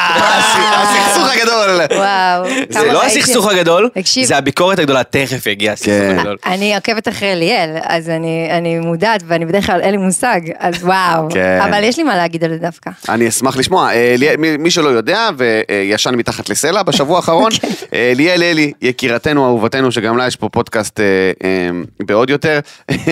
הסכסוך הגדול. וואו. זה לא הסכסוך הגדול, זה הביקורת הגדולה, תכף יגיע הסכסוך הגדול. אני עוקבת אחרי ליאל, אז אני מודעת, ואני בדרך כלל אין לי מושג, אז וואו. אבל יש לי מה להגיד על זה דווקא. אני אשמח לשמוע. מי שלא יודע, וישן מתחת לסלע בשבוע האחרון, ליאל אלי, יקירתנו, אהובתנו, שגם לה יש פה פודקאסט בעוד יותר,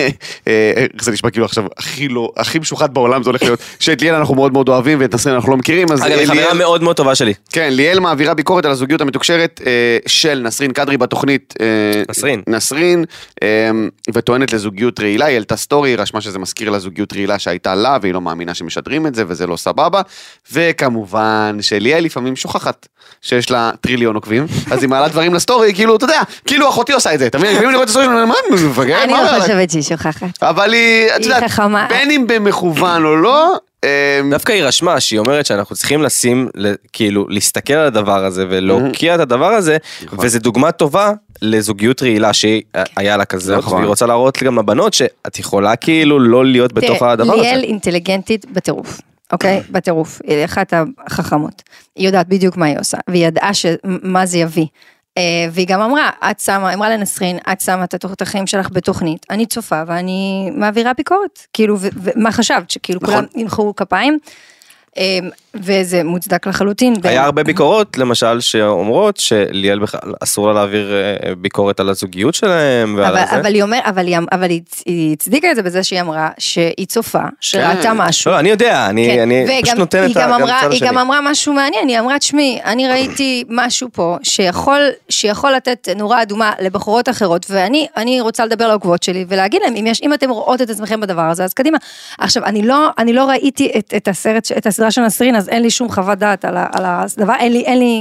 זה נשמע כאילו עכשיו הכי משוחד בעולם זה הולך להיות, שאת ליאל אנחנו מאוד מאוד אוהבים ואת נסרין אנחנו לא מכירים. אגב, היא חברה מאוד מאוד טובה שלי. כן, ליאל מעבירה ביקורת על הזוגיות המתוקשרת של נסרין קדרי בתוכנית נסרין, וטוענת לזוגיות רעילה, היא העלתה סטורי, רשמה שזה מזכיר לזוגיות רעילה שהייתה לה, והיא לא מאמינה שמשדרים את זה וזה לא סבבה, וכמובן שליאל לפעמים שוכחת שיש לה טריליון עוקבים, אז היא מעלה דברים לסטורי, כאילו, אתה יודע, כאילו אחותי עושה את זה, אתה מבין? לפעמים אני רואה את הסטורי, אני מפגר, אני לא חושבת שהיא שוכחת. אבל היא, את יודעת, בין אם במכוון או לא, דווקא היא רשמה שהיא אומרת שאנחנו צריכים לשים, כאילו, להסתכל על הדבר הזה ולהוקיע את הדבר הזה, וזו דוגמה טובה לזוגיות רעילה שהיה לה כזאת, והיא רוצה להראות גם לבנות שאת יכולה כאילו לא להיות בתוך הדבר הזה. ליאל אינטליגנטית בטירוף. אוקיי? בטירוף. היא אחת החכמות. היא יודעת בדיוק מה היא עושה, והיא ידעה מה זה יביא. והיא גם אמרה, אמרה לנסרין, את שמה את התותחים שלך בתוכנית, אני צופה ואני מעבירה ביקורת. כאילו, ומה חשבת? שכאילו כולם ימחאו כפיים, וזה מוצדק לחלוטין. היה הרבה ביקורות, למשל, שאומרות שליאל בכלל אסור לה להעביר ביקורת על הזוגיות שלהם ועל זה. אבל היא הצדיקה את זה בזה שהיא אמרה שהיא צופה, שראתה משהו. לא, אני יודע, אני פשוט נותן את הצד השני. היא גם אמרה משהו מעניין, היא אמרה, תשמעי, אני ראיתי משהו פה שיכול לתת נורה אדומה לבחורות אחרות, ואני רוצה לדבר לעוקבות שלי ולהגיד להם, אם אתם רואות את עצמכם בדבר הזה, אז קדימה. עכשיו, אני לא ראיתי את הסדרה של נסרין, אז אז אין לי שום חוות דעת על הדבר, אין לי.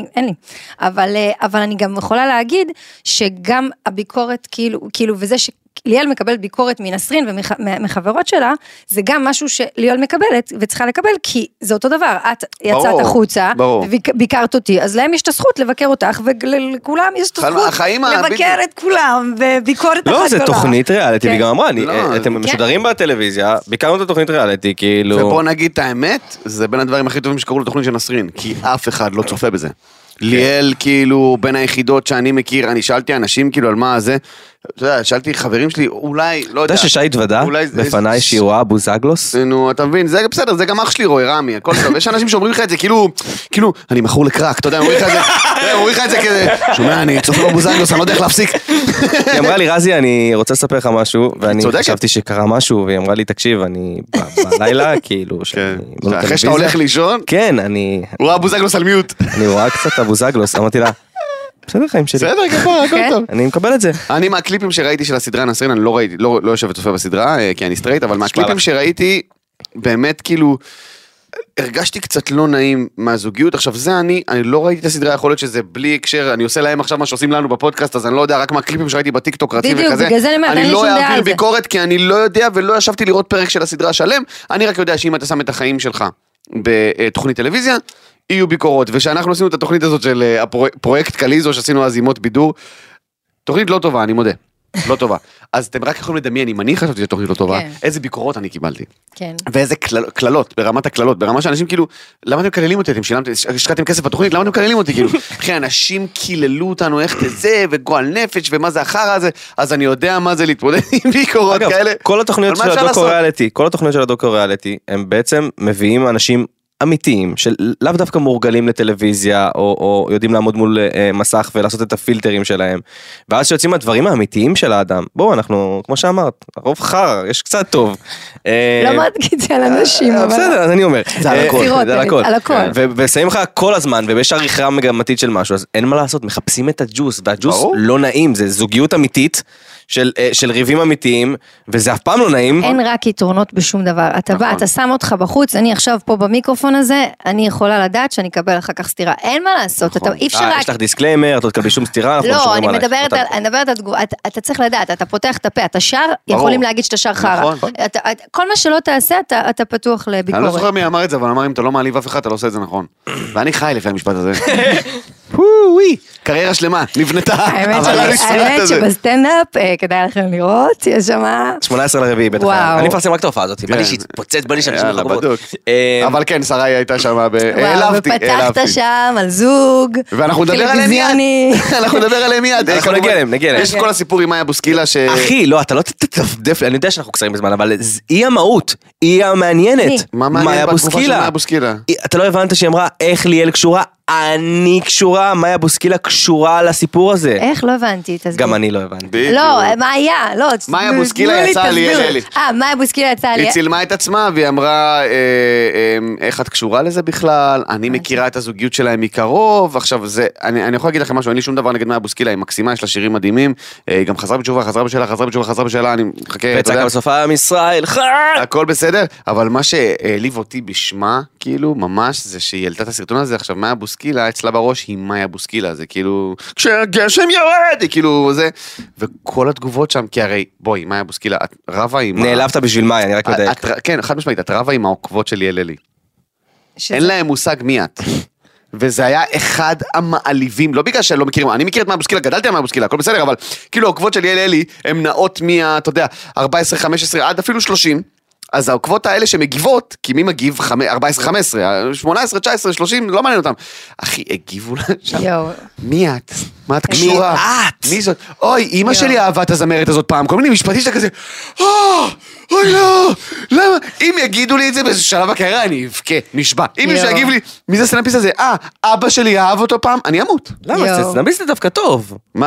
אבל אני גם יכולה להגיד, שגם הביקורת, כאילו, וזה ליאל מקבלת ביקורת מנסרין ומחברות שלה, זה גם משהו שליאל מקבלת וצריכה לקבל, כי זה אותו דבר, את יצאת החוצה, וביקרת אותי, אז להם יש את הזכות לבקר אותך, ולכולם יש את הזכות לבקר את כולם, וביקורת אחת גדולה. לא, זה תוכנית ריאליטי, והיא גם אמרה, אתם משודרים בטלוויזיה, ביקרנו את התוכנית ריאליטי, כאילו... ובוא נגיד את האמת, זה בין הדברים הכי טובים שקראו לתוכנית של נסרין, כי אף אחד לא צופה בזה. ליאל, כאילו, בין היחידות שאני מכיר, אני שאלתי אנשים, כאילו, על מה זה, אתה יודע, שאלתי חברים שלי, אולי, לא יודע. אתה יודע ששי התוודה בפניי שהיא רואה בוזגלוס? נו, אתה מבין, זה בסדר, זה גם אח שלי רואי, רמי, הכל טוב. יש אנשים שאומרים לך את זה, כאילו, אני מכור לקרק, אתה יודע, אומרים לך את זה כזה, שומע, אני צופה בבוזגלוס, אני לא יודע איך להפסיק. היא אמרה לי, רזי, אני רוצה לספר לך משהו, ואני חשבתי שקרה משהו, והיא אמרה לי, תקשיב, אני בלילה, כאילו, אחרי שאתה הולך לישון, כן, אני... רואה הבוזגלוס על מיוט. אני רואה קצת הבוזגלוס, אמרתי לה, בסדר חיים שלי. בסדר, כפה, הכל טוב. אני מקבל את זה. אני מהקליפים שראיתי של הסדרה נסרין, אני לא ראיתי, לא יושב וצופה בסדרה, כי אני סטרייט, אבל מהקליפים שראיתי, באמת כאילו, הרגשתי קצת לא נעים מהזוגיות. עכשיו זה אני לא ראיתי את הסדרה, יכול להיות שזה בלי הקשר, אני עושה להם עכשיו מה שעושים לנו בפודקאסט, אז אני לא יודע, רק מהקליפים שראיתי בטיקטוק רצים וכזה, אני לא אעביר ביקורת, כי אני לא יודע ולא ישבתי לראות פרק של הסדרה שלם, אני רק יודע שאם אתה שם את החיים שלך בתוכנית טלוויזיה, יהיו ביקורות, ושאנחנו עשינו את התוכנית הזאת של הפרויקט קליזו, שעשינו אז אימות בידור, תוכנית לא טובה, אני מודה, לא טובה. אז אתם רק יכולים לדמיין, אם אני חשבתי שתוכנית לא טובה, איזה ביקורות אני קיבלתי. כן. ואיזה קללות, ברמת הקללות, ברמה שאנשים כאילו, למה אתם קללים אותי? אתם שילמתם, השקעתם כסף בתוכנית, למה אתם קללים אותי? כאילו, אחרי אנשים קיללו אותנו איך זה, וגועל נפש, ומה זה החרא הזה, אז אני יודע מה זה להתמודד עם ביקורות כאלה. כל התוכניות של הדוקו-ריאליטי, הם בעצם מביאים אנשים אמיתיים, שלאו דווקא מורגלים לטלוויזיה, או יודעים לעמוד מול מסך ולעשות את הפילטרים שלהם, ואז שיוצאים הדברים האמיתיים של האדם. בואו, אנחנו, כמו שאמרת, הרוב חר, יש קצת טוב. לא מדגיד זה על אנשים, אבל... בסדר, אז אני אומר. זה על הכל. על הכל. ושמים לך כל הזמן, ויש עריכה מגמתית של משהו, אז אין מה לעשות, מחפשים את הג'וס, והג'וס לא נעים, זה זוגיות אמיתית, של ריבים אמיתיים, וזה אף פעם לא נעים. אין רק יתרונות בשום דבר. אתה בא, אתה שם אותך בחוץ, אני עכשיו פה במיקרופון הזה, אני יכולה לדעת שאני אקבל אחר כך סתירה. אין מה לעשות, אתה אי אפשר רק... יש לך דיסקליימר, אתה תקבל שום סתירה, לא, אני מדברת על תגובה, אתה צריך לדעת, אתה פותח את הפה, אתה שר, יכולים להגיד שאתה שר חרא. כל מה שלא תעשה, אתה פתוח לביקורת. אני לא זוכר מי אמר את זה, אבל אמר, אם אתה לא מעליב אף אחד, אתה לא עושה את זה נכון. ואני חי לפי המשפט הזה. קריירה שלמה, נבנתה. האמת שבסטנדאפ, כדאי לכם לראות, יש שם... 18 לרביעי, בטח. אני מפרסם רק את ההופעה הזאת, בא לי שהתפוצץ, בא לי שם יאללה, בדוק. אבל כן, שריי הייתה שם, העלבתי. ופתחת שם על זוג, ואנחנו נדבר עליהם מיד. אנחנו נדבר עליהם מיד. אנחנו נגיע להם. יש כל הסיפור עם מאיה בוסקילה ש... אחי, לא, אתה לא תתדפדף, אני יודע שאנחנו קצרים בזמן, אבל היא המהות, היא המעניינת. מה מעניין בתקופה של מאיה בוסקילה? אתה לא הבנת שהיא אמרה איך ליאל קשורה? אני קשורה, מאיה בוסקילה קשורה לסיפור הזה. איך? לא הבנתי. גם אני לא הבנתי. לא, מה היה? לא. מאיה בוסקילה יצאה ליאל. מאיה בוסקילה יצאה ליאל. היא צילמה את עצמה והיא אמרה, איך את קשורה לזה בכלל? אני מכירה את הזוגיות שלהם מקרוב. עכשיו זה, אני יכול להגיד לכם משהו, אין לי שום דבר נגד מאיה בוסקילה, היא מקסימה, יש לה שירים מדהימים. גם חזרה בשאלה, אני מחכה. וצעקה בסוף עם ישראל חד. הכל בסדר, אבל מה שהעליב אותי בשמה, כאילו, ממש, זה שהיא העלתה את הסרטון הזה. עכשיו, מאיה בוסקילה, אצלה בראש היא מאיה בוסקילה, זה כאילו, כשהגשם יורד, היא כאילו, זה, וכל התגובות שם, כי הרי, בואי, מאיה בוסקילה, את רבה עם... נעלבת בשביל מאיה, אני רק מדייק. כן, חד משמעית, את רבה עם העוקבות של ליאל אלי. אין להם מושג מי את. וזה היה אחד המעליבים, לא בגלל שלא מכירים, אני מכיר את מאיה בוסקילה, גדלתי על מאיה בוסקילה, הכל בסדר, אבל כאילו העוקבות של ליאל אלי, הם נעות אתה יודע, 14, 15, עד אפילו 30, אז העוקבות האלה שמגיבות, כי מי מגיב 14, 15, 18, 19, 30, לא מעניין אותם. אחי, הגיבו לה שם. מי את? מה את קשורה? מי את? מי זאת? אוי, אמא שלי אהבה את הזמרת הזאת פעם, כל מיני משפטים שאתה כזה, אוי לא, למה? אם יגידו לי את זה באיזה שלב הקריירה, אני אבכה, נשבע. אם מישהו יגיב לי, מי זה הסטנדאפיסט הזה? אבא שלי אהב אותו פעם, אני אמות. למה? סטנדאפיסט זה דווקא טוב. מה?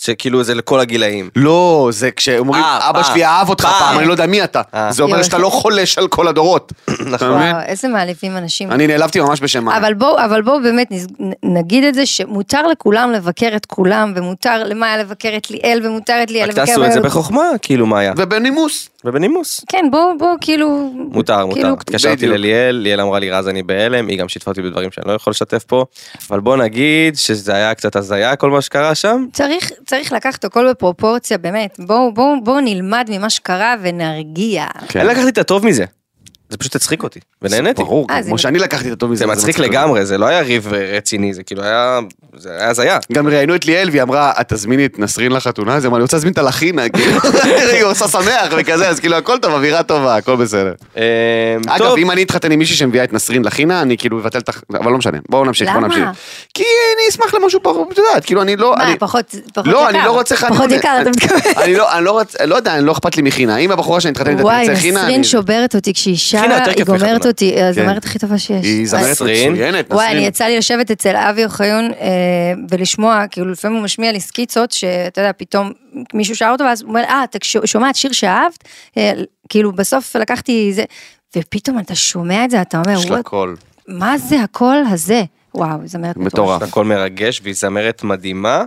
שכאילו זה לכל הגילאים. לא, זה כשאומרים, אבא שלי אהב אותך פעם, אני לא יודע מי אתה. זה אומר שאתה לא חולש על כל הדורות. וואו, איזה מעליבים אנשים. אני נעלבתי ממש בשם מה. אבל בואו באמת נגיד את זה, שמותר לכולם לבקר את כולם, ומותר למאיה לבקר את ליאל, ומותר את ליאל לבקר... רק תעשו את זה בחוכמה, כאילו מאיה. ובנימוס. ובנימוס. כן, בואו כאילו... מותר. התקשרתי לליאל, ליאל אמרה לי רז אני בהלם, היא גם שיתפה אותי בדברים שאני לא יכול לשתף פה, אבל בוא נגיד שזה היה קצת הזיה כל מה שקרה שם. צריך לקחת הכל בפרופורציה, באמת. בואו נלמד ממה שקרה ונרגיע. אני לקחתי את הטוב מזה. זה פשוט הצחיק אותי, ונהניתי. ברור, כמו שאני לקחתי את הטוב מזה. זה מצחיק לגמרי, זה לא היה ריב רציני, זה כאילו היה, זה היה הזיה. גם ראיינו את ליאל והיא אמרה, את תזמיני את נסרין לחתונה, אז היא אמרה, אני רוצה להזמין את הלחינה, כאילו, היא עושה שמח וכזה, אז כאילו הכל טוב, אווירה טובה, הכל בסדר. אגב, אם אני אתחתן עם מישהי שמביאה את נסרין לחינה, אני כאילו אבטל את אבל לא משנה, בואו נמשיך. למה? כי אני אשמח למשהו פחות, את יודעת, כאילו אני לא... מה, פחות יקר? לא, אני לא רוצה חתונה. פחות יקר, אתה מתכוון. אני לא יודע, אני לא אכפת לי מחינה. אם הבחורה שאני מתחתנת תרצה חינה, נסרין שוברת אותי כשהיא שרה, היא גומרת אותי, הזמרת הכי טובה שיש. היא זמרת מצוינת. וואי, אני יצא לי לשבת אצל אבי אוחיון ולשמוע, כאילו לפעמים הוא משמיע לי סקיצות, שאתה יודע, פתאום מישהו שר אותו, ואז הוא אומר, אתה שומעת שיר שאהבת? כאילו בסוף לקחתי זה, ופתאום אתה שומע את זה, אתה אומר, יש לה קול. מה זה הקול הזה? וואו, זמרת מטורף. הכל מרגש, והיא זמרת מדהימה.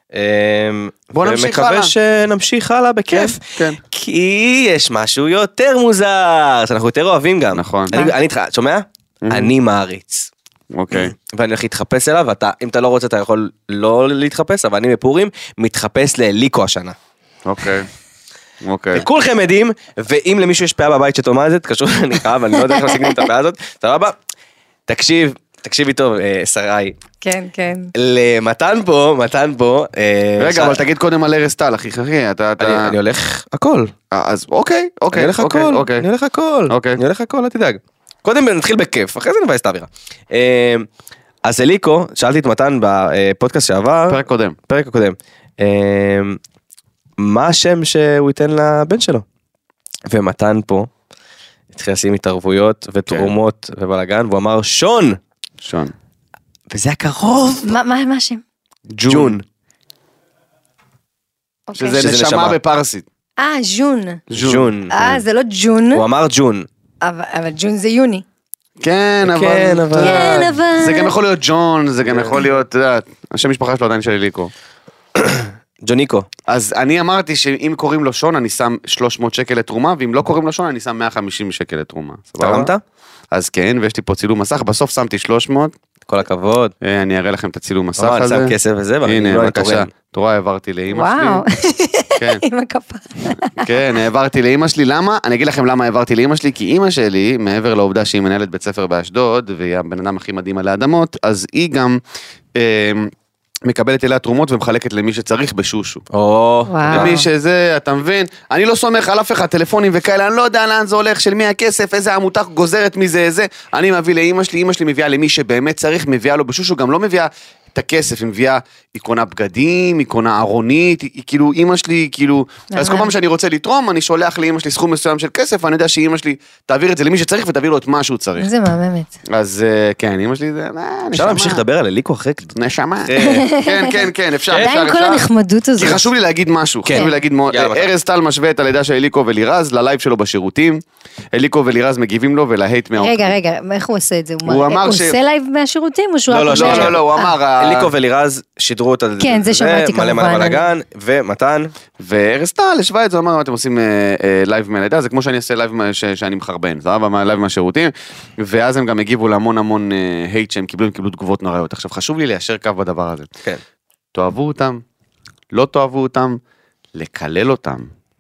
בוא נמשיך הלאה. ומקווה שנמשיך הלאה בכיף. כן. כי יש משהו יותר מוזר, שאנחנו יותר אוהבים גם. נכון. אני איתך, שומע? אני מעריץ. אוקיי. ואני הולך להתחפש אליו, ואם אתה לא רוצה אתה יכול לא להתחפש, אבל אני בפורים מתחפש לאליקו השנה. אוקיי. וכולכם יודעים, ואם למישהו יש פאה בבית שתאמר את זה, תקשרו אני חייב, אני לא יודע איך להשיג את הפאה הזאת, סבבה? תקשיבי טוב, שרי. כן, כן. למתן פה. רגע, אבל תגיד קודם על ארז טל, אחי, אני הולך הכל. אז אוקיי. אני הולך הכל, אל תדאג. קודם נתחיל בכיף, אחרי זה נבייס את האווירה. אז אליקו, שאלתי את מתן בפודקאסט שעבר. פרק הקודם. מה השם שהוא ייתן לבן שלו? ומתן פה התחיל לשים התערבויות ותרומות ובלגן, והוא אמר שון. וזה היה קרוב. מה השם? ג'ון. שזה נשמה בפרסית. ז'ון. זה לא ג'ון. הוא אמר ג'ון. אבל ג'ון זה יוני. כן, אבל... זה גם יכול להיות ג'ון, זה גם יכול להיות, אתה יודע, השם משפחה שלו עדיין של אליקו. ג'וניקו. אז אני אמרתי שאם קוראים לו שון, אני שם 300 שקל לתרומה, ואם לא קוראים לו שון, אני שם 150 שקל לתרומה. תרמת? אז כן, ויש לי פה צילום מסך, בסוף שמתי 300. כל הכבוד. אני אראה לכם את הצילום מסך הזה. אני שם כסף וזה, הנה, בבקשה. תורה, העברתי לאמא שלי. וואו, עם הכפה. כן, העברתי לאמא שלי, למה? אני אגיד לכם למה העברתי לאמא שלי, כי אמא שלי, מעבר לעובדה שהיא מנהלת בית ספר באשדוד, והיא הבן אדם הכי מדהים עלי אדמות, אז היא גם מקבלת אליה תרומות ומחלקת למי שצריך בשושו. למי שזה, אתה מבין? אני לא סומך על אף אחד, טלפונים וכאלה, אני לא יודע לאן זה הולך, של מי הכסף, איזה עמותה גוזרת מזה, איזה. אני מביא לאמא שלי, אמא שלי מביאה למי שבאמת צריך, מביאה לו בשושו, גם לא מביאה את הכסף, היא מביאה איקונה בגדים, איקונה ארונית, היא כאילו, אמא שלי, כאילו, אז כל פעם שאני רוצה לתרום, אני שולח לאמא שלי סכום מסוים של כסף, ואני יודע שאמא שלי תעביר את זה למי שצריך, ותעביר לו את מה שהוא צריך. זה מהממת. אז כן, אמא שלי זה, אפשר להמשיך לדבר על אליקו אחרי נשמה. כן, אפשר. עדיין כל הנחמדות הזאת. כי חשוב לי להגיד משהו, חשוב לי להגיד, ארז טל משווה את הלידה של אליקו ולירז ללייב שלו בשירותים, אליקו ולירז מגיבים לו ולהייט מהאופן. רגע, איך הוא עושה את זה? הוא עושה לייב מהשירותים או שהוא... לא, הוא אמר... אליקו ולירז שידרו את כן, זה שמעתי כמובן. מלא בלגן, ומתן. וארז טל השווה את זה, אמר, אתם עושים לייב מהלידה, זה כמו שאני אעשה לייב שאני מחרבן, זה היה לייב מהשירותים, ואז הם גם הגיבו להמון הייט שהם קיבלו תגובות נוראיות. עכשיו חשוב לי ליישר קו בדבר הזה. כן. תאהבו אותם, לא תאהבו אותם, לקלל אותם,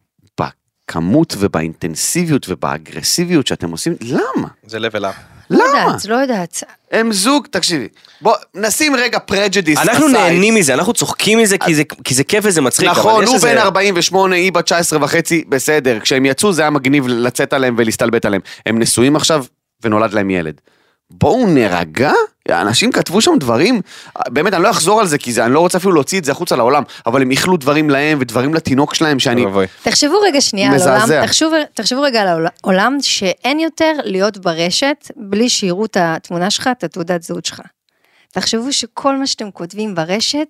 בכמות ובאינטנסיביות ובאגרסיביות שאתם עושים, למה? זה level up. למה? לא יודעת. הם זוג, תקשיבי, בוא נשים רגע פרג'דיס. אנחנו נהנים מזה, אנחנו צוחקים מזה כי זה כיף וזה מצחיק. נכון, הוא בן 48, היא בת 19 וחצי, בסדר, כשהם יצאו זה היה מגניב לצאת עליהם ולהסתלבט עליהם. הם נשואים עכשיו ונולד להם ילד. בואו נרגע, אנשים כתבו שם דברים, באמת אני לא אחזור על זה, כי אני לא רוצה אפילו להוציא את זה החוצה לעולם, אבל הם איחלו דברים להם ודברים לתינוק שלהם שאני... תחשבו רגע שנייה על עולם, תחשבו רגע על העולם שאין יותר להיות ברשת, בלי שיראו את התמונה שלך, את התעודת זהות שלך. תחשבו שכל מה שאתם כותבים ברשת,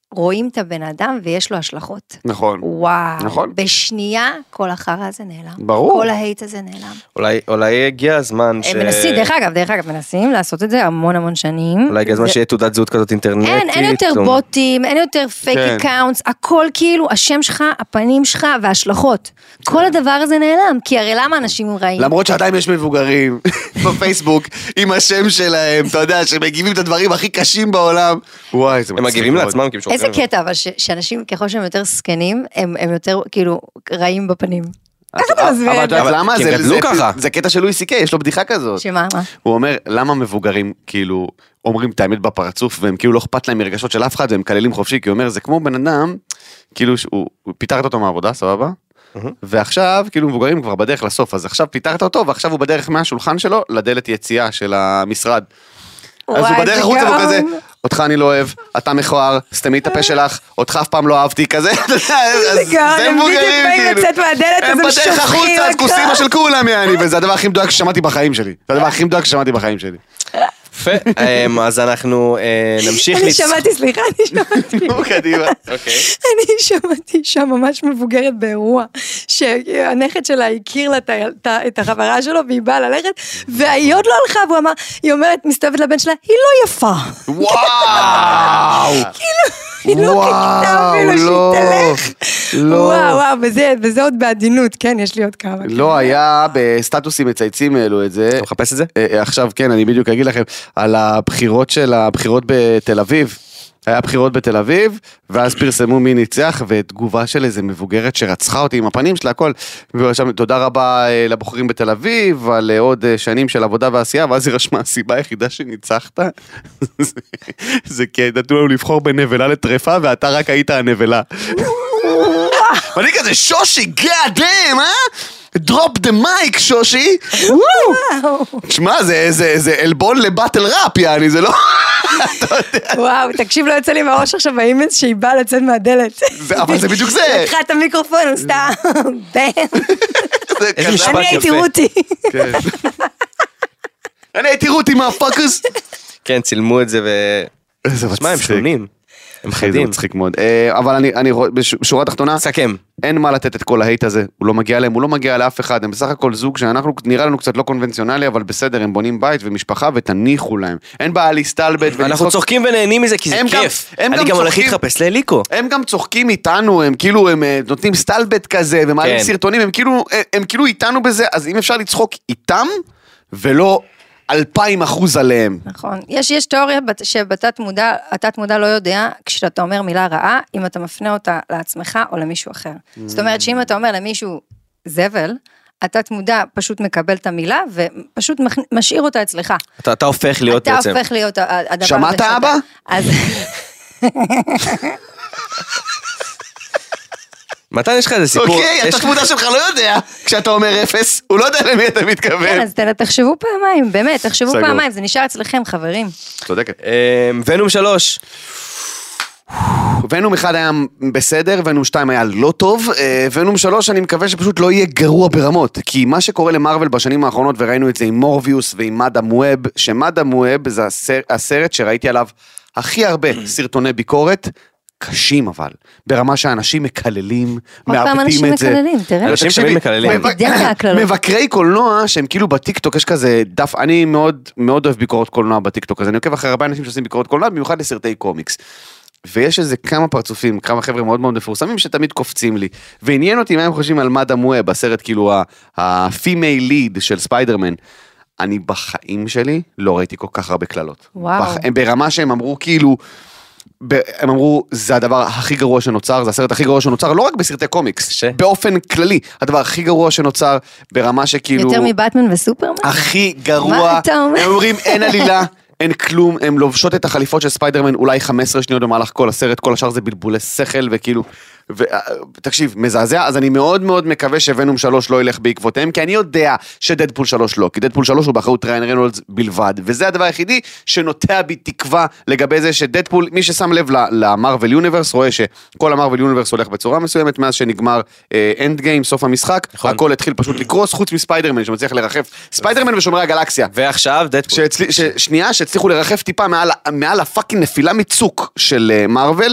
רואים את הבן אדם ויש לו השלכות. נכון. וואו. נכון. בשנייה כל החרא הזה נעלם. ברור. כל ההייט הזה נעלם. אולי הגיע הזמן ש... מנסים, דרך אגב, מנסים לעשות את זה המון שנים. אולי הגיע הזמן שיהיה תעודת זהות כזאת אינטרנטית. אין יותר בוטים, אין יותר פייק אקאונטס, הכל כאילו, השם שלך, הפנים שלך וההשלכות. כל הדבר הזה נעלם, כי הרי למה אנשים רעים? למרות שעדיין יש מבוגרים בפייסבוק עם השם שלהם, אתה יודע, שמגיבים את הדברים הכי קשים בעולם. וואי, זה מצחיק. הם מגיבים לעצמם. איזה קטע, אבל שאנשים ככל שהם יותר סקנים, הם יותר כאילו רעים בפנים. איך אתה מסביר את זה? אבל למה? זה קטע של לואי סי קיי, יש לו בדיחה כזאת. שמה? הוא אומר, למה מבוגרים כאילו אומרים את האמת בפרצוף, והם כאילו לא אכפת להם מרגשות של אף אחד, והם מקללים חופשי, כי הוא אומר, זה כמו בן אדם, כאילו הוא פיתרת אותו מהעבודה, סבבה? ועכשיו, כאילו מבוגרים כבר בדרך לסוף, אז עכשיו פיתרת אותו, ועכשיו הוא בדרך מהשולחן שלו לדלת יציאה של המשרד. אז הוא בדרך החוצה והוא כזה, אותך אני לא אוהב, אתה מכוער, סתמי את הפה שלך, אותך אף פעם לא אהבתי, כזה, זה מבוגרים, כאילו. הם בדרך החוצה, אז כוסימה של כולם, יעני, וזה הדבר הכי מדויק ששמעתי בחיים שלי. זה הדבר הכי מדויק ששמעתי בחיים שלי. יפה, אז אנחנו נמשיך אני שמעתי, סליחה, קדימה. אני שמעתי אישה ממש מבוגרת באירוע, שהנכד שלה הכיר לה את החברה שלו, והיא באה ללכת, והיא עוד לא הלכה, והוא אמר, היא אומרת, מסתובבת לבן שלה, היא לא יפה. וואו! היא לא חיכתה אפילו שהיא תלך. וואו, וזה עוד בעדינות, כן, יש לי עוד כמה. לא, היה בסטטוסים מצייצים אלו את זה. אתה מחפש את זה? עכשיו כן, אני בדיוק אגיד לכם, על הבחירות בתל אביב. היה בחירות בתל אביב, ואז פרסמו מי ניצח, ותגובה של איזה מבוגרת שרצחה אותי עם הפנים שלה, הכל. ורשם, תודה רבה לבוחרים בתל אביב, על עוד שנים של עבודה ועשייה, ואז היא רשמה, הסיבה היחידה שניצחת, זה כי נתנו לנו לבחור בין נבלה לטרפה, ואתה רק היית הנבלה. ואני כזה, שושי, God damn, דרופ דה מייק, שושי. תשמע, זה אלבון לבטל ראפ, יעני, זה לא... וואו, תקשיב, לא יוצא לי מהראש עכשיו באימץ שהיא באה לצאת מהדלת. אבל זה בדיוק זה. לקחה את המיקרופון, סתם, אני הייתי רותי. אני הייתי רותי מהפאקרס. כן, צילמו את זה ו... תשמע, הם שונים. הם חדים. זה מצחיק מאוד. אבל אני בשורה התחתונה, סכם. אין מה לתת את כל ההייט הזה, הוא לא מגיע להם, הוא לא מגיע לאף אחד, הם בסך הכל זוג שאנחנו, נראה לנו קצת לא קונבנציונלי, אבל בסדר, הם בונים בית ומשפחה ותניחו להם. אין בעיה להסתלבט. אנחנו צוחקים ונהנים מזה כי זה כיף. אני גם הולך להתחפש לאליקו. הם גם צוחקים איתנו, הם כאילו, הם נותנים סטלבט כזה, ומעלים סרטונים, הם כאילו איתנו בזה, אז אם אפשר לצחוק איתם, ולא 200% עליהם. נכון. יש תיאוריה שבתת מודע, התת מודע לא יודע, כשאתה אומר מילה רעה, אם אתה מפנה אותה לעצמך או למישהו אחר. זאת אומרת שאם אתה אומר למישהו זבל, התת מודע פשוט מקבל את המילה, ופשוט משאיר אותה אצלך. אתה הופך להיות בעצם. אתה הופך להיות הדבר הזה. שמעת אבא? אז... מתן יש לך איזה סיפור? אוקיי, התת מודע שלך לא יודע, כשאתה אומר 0, הוא לא יודע למי אתה מתכוון. כן, אז תחשבו פעמיים, באמת, תחשבו פעמיים, זה נשאר אצלכם, חברים. צודקת. ונום 3. ונום 1 היה בסדר, ונום 2 היה לא טוב, ונום 3 אני מקווה שפשוט לא יהיה גרוע ברמות, כי מה שקורה למרוול בשנים האחרונות, וראינו את זה עם מורביוס ועם מאדם ווב, שמאדם ווב זה הסרט שראיתי עליו הכי הרבה סרטוני ביקורת, קשים אבל, ברמה שאנשים מקללים, מאבדים את זה. אנשים שמים מקללים. מבקרי קולנוע שהם כאילו בטיקטוק, יש כזה דף, אני מאוד מאוד אוהב ביקורות קולנוע בטיקטוק, אז אני עוקב אחרי הרבה אנשים שעושים ביקורות קולנוע, במיוחד לסרטי קומיקס. ויש איזה כמה פרצופים, כמה חבר'ה מאוד מאוד מפורסמים שתמיד קופצים לי. ועניין אותי מה הם חושבים על מאדם ווב, הסרט כאילו ה-female lead של ספיידרמן. אני בחיים שלי לא ראיתי כל כך הרבה קללות. ברמה שהם אמרו כאילו, הם אמרו, זה הדבר הכי גרוע שנוצר, זה הסרט הכי גרוע שנוצר, לא רק בסרטי קומיקס, באופן כללי, הדבר הכי גרוע שנוצר, ברמה שכאילו... יותר מבטמן וסופרמן? הכי גרוע. מה אתה אומר? הם אומרים, אין עלילה, אין כלום, הם לובשות את החליפות של ספיידרמן, אולי 15 שניות במהלך כל הסרט, כל השאר זה בלבולי שכל, וכאילו, ותקשיב, מזעזע, אז אני מאוד מאוד מקווה שוונום 3 לא ילך בעקבותיהם, כי אני יודע שדדפול 3 לא, כי דדפול 3 הוא באחריות ריין ריינולדס בלבד, וזה הדבר היחידי שנוטע בי תקווה לגבי זה שדדפול, מי ששם לב למרוול יוניברס, רואה שכל המרוול יוניברס הולך בצורה מסוימת, מאז שנגמר אנד גיים, סוף המשחק, הכל התחיל פשוט לקרוס, חוץ מספיידרמן שמצליח לרחף, ספיידרמן ושומרי הגלקסיה. ועכשיו דדפול. שנייה, שהצליחו לרחף טיפה מעל הפאקינג נפילה מצוק של מרוול,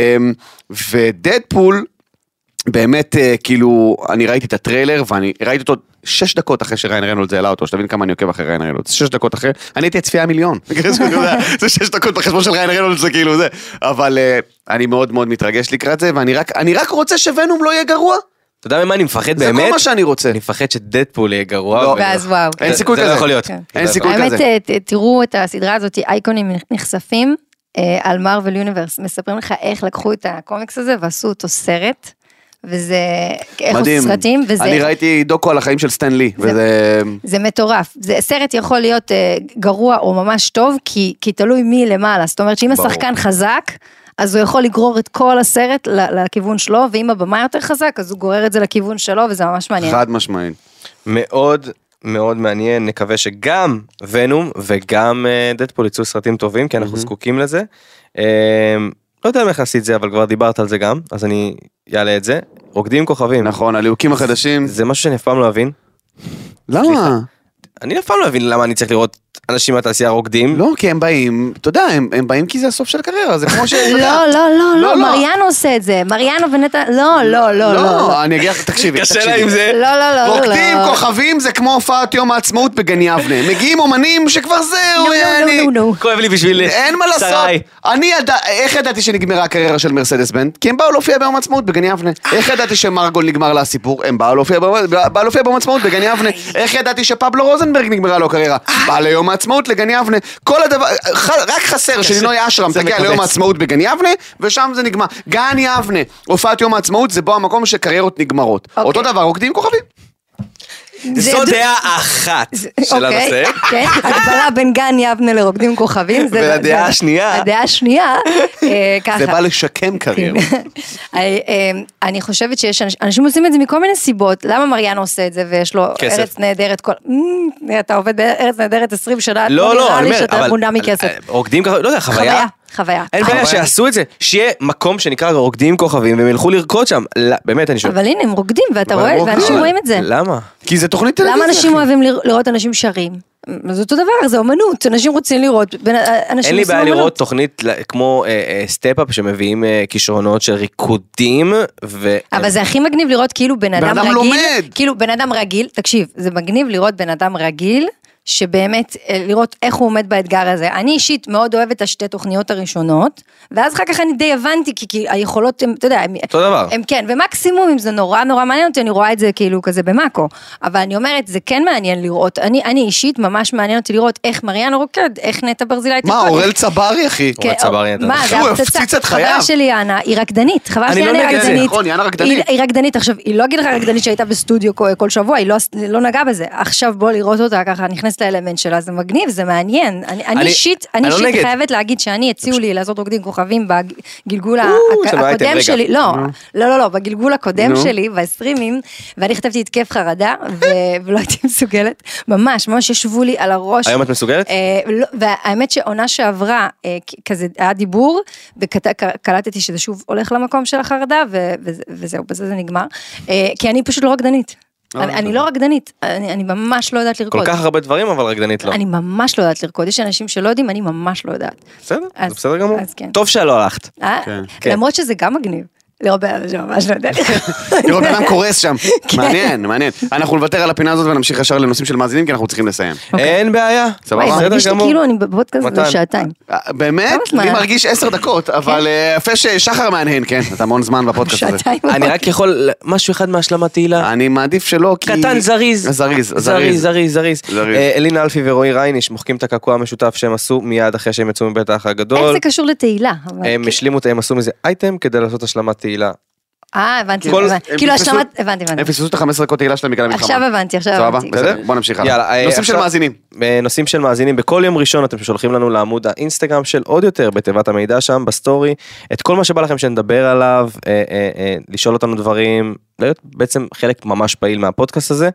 ודדפול, באמת, כאילו, אני ראיתי את הטריילר, ואני ראיתי אותו 6 דקות אחרי שריין ריינולדס העלה אותו, שתבין כמה אני עוקב אחרי ריין ריינולדס, 6 דקות אחרי, אני הייתי צפייה מיליון, זה 6 דקות בחשבון של ריין ריינולדס, זה כאילו זה, אבל אני מאוד מאוד מתרגש לקראת זה, ואני רק רוצה שוונום לא יהיה גרוע. אתה יודע ממה אני מפחד באמת? זה כל מה שאני רוצה. אני מפחד שדדפול יהיה גרוע. ואז וואו. אין סיכוי כזה. זה לא יכול להיות. אין סיכוי כזה. האמת, תראו את הסדרה הזאת, אייקונים נחשפים על מרוול יוניברס, מספרים לך איך לקחו את הקומיקס הזה ועשו אותו סרט, וזה, איך עושים סרטים, וזה... אני ראיתי דוקו על החיים של סטן לי, וזה... זה מטורף. סרט יכול להיות גרוע או ממש טוב, כי תלוי מי למעלה. זאת אומרת שאם השחקן חזק, אז הוא יכול לגרור את כל הסרט לכיוון שלו, ואם הבמה יותר חזק, אז הוא גורר את זה לכיוון שלו, וזה ממש מעניין. חד משמעית. מאוד מאוד מעניין, נקווה שגם ונום וגם דדפול יצאו סרטים טובים, כי אנחנו זקוקים לזה. לא יודע איך עשית זה, אבל כבר דיברת על זה גם, אז אני אעלה את זה. רוקדים כוכבים. נכון, הליהוקים החדשים. זה משהו שאני אף פעם לא אבין. למה? אני אף פעם לא אבין למה אני צריך לראות אנשים מהתעשייה רוקדים. לא, כי הם באים, אתה יודע, הם באים כי זה הסוף של הקריירה, זה כמו ש... לא, מריאנו עושה את זה, מריאנו ונטע, לא. אני אגיד לך, תקשיבי. קשה לה עם זה. לא. רוקדים כוכבים זה כמו הופעת יום העצמאות בגן יבנה. מגיעים אומנים שכבר זהו, כואב לי בשביל אין מה לעשות. איך ידעתי שנגמרה הקריירה של מרסדס בנד? כי הם באו להופיע ביום העצמאות בגן יבנה. איך ידעתי שמרגול נגמר לה הסיפור? הם באו להופיע ביום העצמאות בגן יבנה. איך ידעתי שפבלו רוזנברג נגמרה לו הקריירה? בא ליום העצמאות לגן יבנה. כל הדבר, רק חסר שנינוי אשרם תגיע ליום העצמאות בגן יבנה, ושם זה נגמר. גן יבנה, הופעת יום העצמאות זה בו המקום שקריירות נגמרות. אותו דבר, רוקדים כוכבים. זו דעה אחת של הנושא. כן, הגבלה בין גן יבנה לרוקדים כוכבים. והדעה השנייה. הדעה השנייה, ככה. זה בא לשקם קריירה. אני חושבת שיש אנשים עושים את זה מכל מיני סיבות. למה מריאנו עושה את זה ויש לו ארץ נהדרת כל... אתה עובד בארץ נהדרת 20 שנה. לא, אני אומר, שאתה מונע מכסף. רוקדים ככה, לא יודע, חוויה. אין בעיה שיעשו את זה, שיהיה מקום שנקרא רוקדים כוכבים, והם ילכו לרקוד שם, באמת אני שואל. אבל הנה, הם רוקדים, ואתה רואה, ואנשים רואים את זה. למה? כי זה תוכנית טלוויזיה. למה אנשים אוהבים לראות אנשים שרים? זה אותו דבר, זה אומנות, אנשים רוצים לראות, אין לי בעיה לראות תוכנית כמו סטפ-אפ שמביאים כישרונות של ריקודים, אבל זה הכי מגניב לראות כאילו בן אדם רגיל, כאילו בן אדם רגיל, תקשיב, זה מגניב לראות בן אדם רגיל, שבאמת לראות איך הוא עומד באתגר הזה. אני אישית מאוד אוהבת את השתי תוכניות הראשונות, ואז אחר כך אני די הבנתי, כי היכולות, אתה יודע, אותו דבר. הם כן, ומקסימום, אם זה נורא מעניין אותי, אני רואה את זה כאילו כזה במאקו, אבל אני אומרת, זה כן מעניין לראות, אני אישית ממש מעניין אותי לראות איך מריאנה רוקד, איך נטע ברזילי מה, אורל צברי, אחי? אורל צברי, מה, זה הפציץ את חייו. חברה שלי, יאנה, היא רקדנית, חברה שלי, יאנה רקדנית. היא רקדנית, עכשיו, היא לא אגיד לך רקדנית שהייתה בסטודיו כל שבוע, היא לא נגעה בזה. עכשיו בוא לראות אותה ככה, נכנסת לאלמנט שלה, זה מגניב, זה מעניין. אני אישית חייבת להגיד שאני הציעו לי לעשות רוקדים כוכבים בגלגול הקודם שלי, לא, בגלגול הקודם שלי, ב-20, ואני כתבתי התקף חרדה, ולא הייתי מסוגלת, ממש ישבו לי על הראש. היום את מסוגלת? והאמת שעונה שעברה, כזה היה דיבור, וקלטתי שזה שוב הולך למקום של החרדה, וזהו, בזה זה נגמר, כי אני פשוט לא רקדנית. אני לא רקדנית, אני ממש לא יודעת לרקוד. כל כך הרבה דברים, אבל רקדנית לא. אני ממש לא יודעת לרקוד, יש אנשים שלא יודעים, אני ממש לא יודעת. בסדר, זה בסדר גמור. טוב שלא הלכת. למרות שזה גם מגניב. לראות בן אדם שממש לא יודע. לראות בן אדם קורס שם. מעניין. אנחנו נוותר על הפינה הזאת ונמשיך ישר לנושאים של מאזינים, כי אנחנו צריכים לסיים. אין בעיה. סבבה. מרגיש לי כאילו אני בפודקאסט הזה שעתיים. באמת? לי מרגיש 10 דקות, אבל יפה ששחר מהנהן, כן? אתה המון זמן בפודקאסט הזה. אני רק יכול משהו אחד מהשלמת תהילה. אני מעדיף שלא, כי... קטן, זריז. זריז. אלינה אלפי ורועי רייניש מוחקים את הקעקוע המשותף שהם עשו מיד אחרי שהם יצאו מבית האח הגדול. איך זה קשור לתהילה? הם השלימו, הם עשו מזה אייטם כדי לעשות השלמת תהילה הבנתי, כאילו השלמת, הבנתי. הם פספסו את ה-15 דקות תהילה שלהם בגלל המלחמה. עכשיו הבנתי. בסדר? בוא נמשיך הלאה. נושאים של מאזינים. נושאים של מאזינים, בכל יום ראשון אתם שולחים לנו לעמוד האינסטגרם של עוד יותר, בתיבת המידע שם, בסטורי, את כל מה שבא לכם שנדבר עליו, לשאול אותנו דברים, להיות בעצם חלק ממש פעיל מהפודקאסט הזה.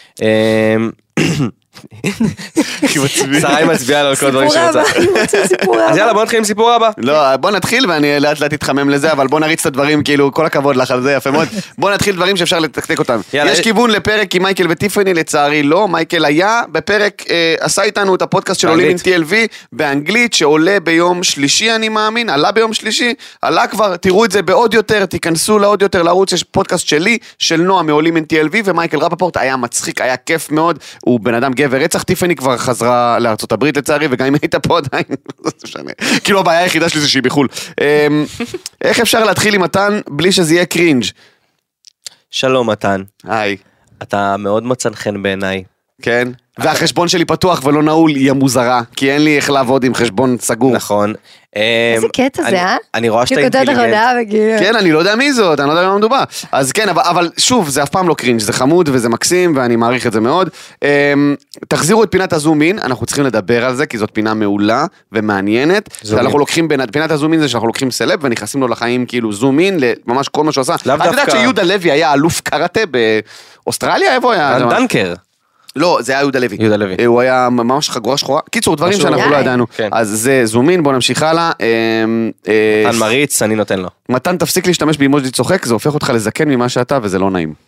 שרי מצביעה על כל דברים שרוצה. אז יאללה, בוא נתחיל עם סיפור הבא. לא, בוא נתחיל ואני לאט לאט אתחמם לזה, אבל בוא נריץ את הדברים, כאילו, כל הכבוד לך על זה, יפה מאוד. בוא נתחיל דברים שאפשר לתקתק אותם. יש כיוון לפרק עם מייקל וטיפני, לצערי לא. מייקל היה בפרק, עשה איתנו את הפודקאסט של אולימפ TLV באנגלית, שעולה ביום שלישי, אני מאמין, עלה ביום שלישי, עלה כבר, תראו את זה בעוד יותר, תיכנסו לעוד יותר לערוץ, יש פודקאסט שלי, של נועה מאולימפ TLV, ומייקל רפפורט היה מצחיק, היה כיף מאוד, הוא בן אדם גבר רצח. טיפני כבר חזרה לארצות הברית לצערי, וגם אם היית פה עדיין, כאילו הבעיה היחידה שלי זה שהיא בחול. איך אפשר להתחיל עם מתן בלי שזה יהיה קרינג'? שלום מתן. היי. אתה מאוד מוצא חן בעיניי. כן? והחשבון שלי פתוח ולא נעול, היא המוזרה, כי אין לי איך לעבוד עם חשבון סגור. נכון. איזה קטע זה, אני רואה שאתה אינטליגנט. כן, אני לא יודע מי זאת, אני לא יודע במה מדובר. אז כן, אבל שוב, זה אף פעם לא קרינג', זה חמוד וזה מקסים, ואני מעריך את זה מאוד. תחזירו את פינת הזומין, אנחנו צריכים לדבר על זה, כי זאת פינה מעולה ומעניינת. אנחנו לוקחים, פינת הזומין זה שאנחנו לוקחים סלב, ונכנסים לו לחיים כאילו זומין, ממש כל מה שהוא עשה. את יודעת שיהודה לוי היה אלוף קראטה באוסטרליה? איפה היה? דנקר. לא, זה היה יהודה לוי. הוא היה ממש חגורה שחורה. קיצור, דברים שאנחנו לא ידענו. אז זה זומין, בוא נמשיך הלאה. מתן מריץ, אני נותן לו. מתן, תפסיק להשתמש באימוג'י צוחק, זה הופך אותך לזקן ממה שאתה, וזה לא נעים.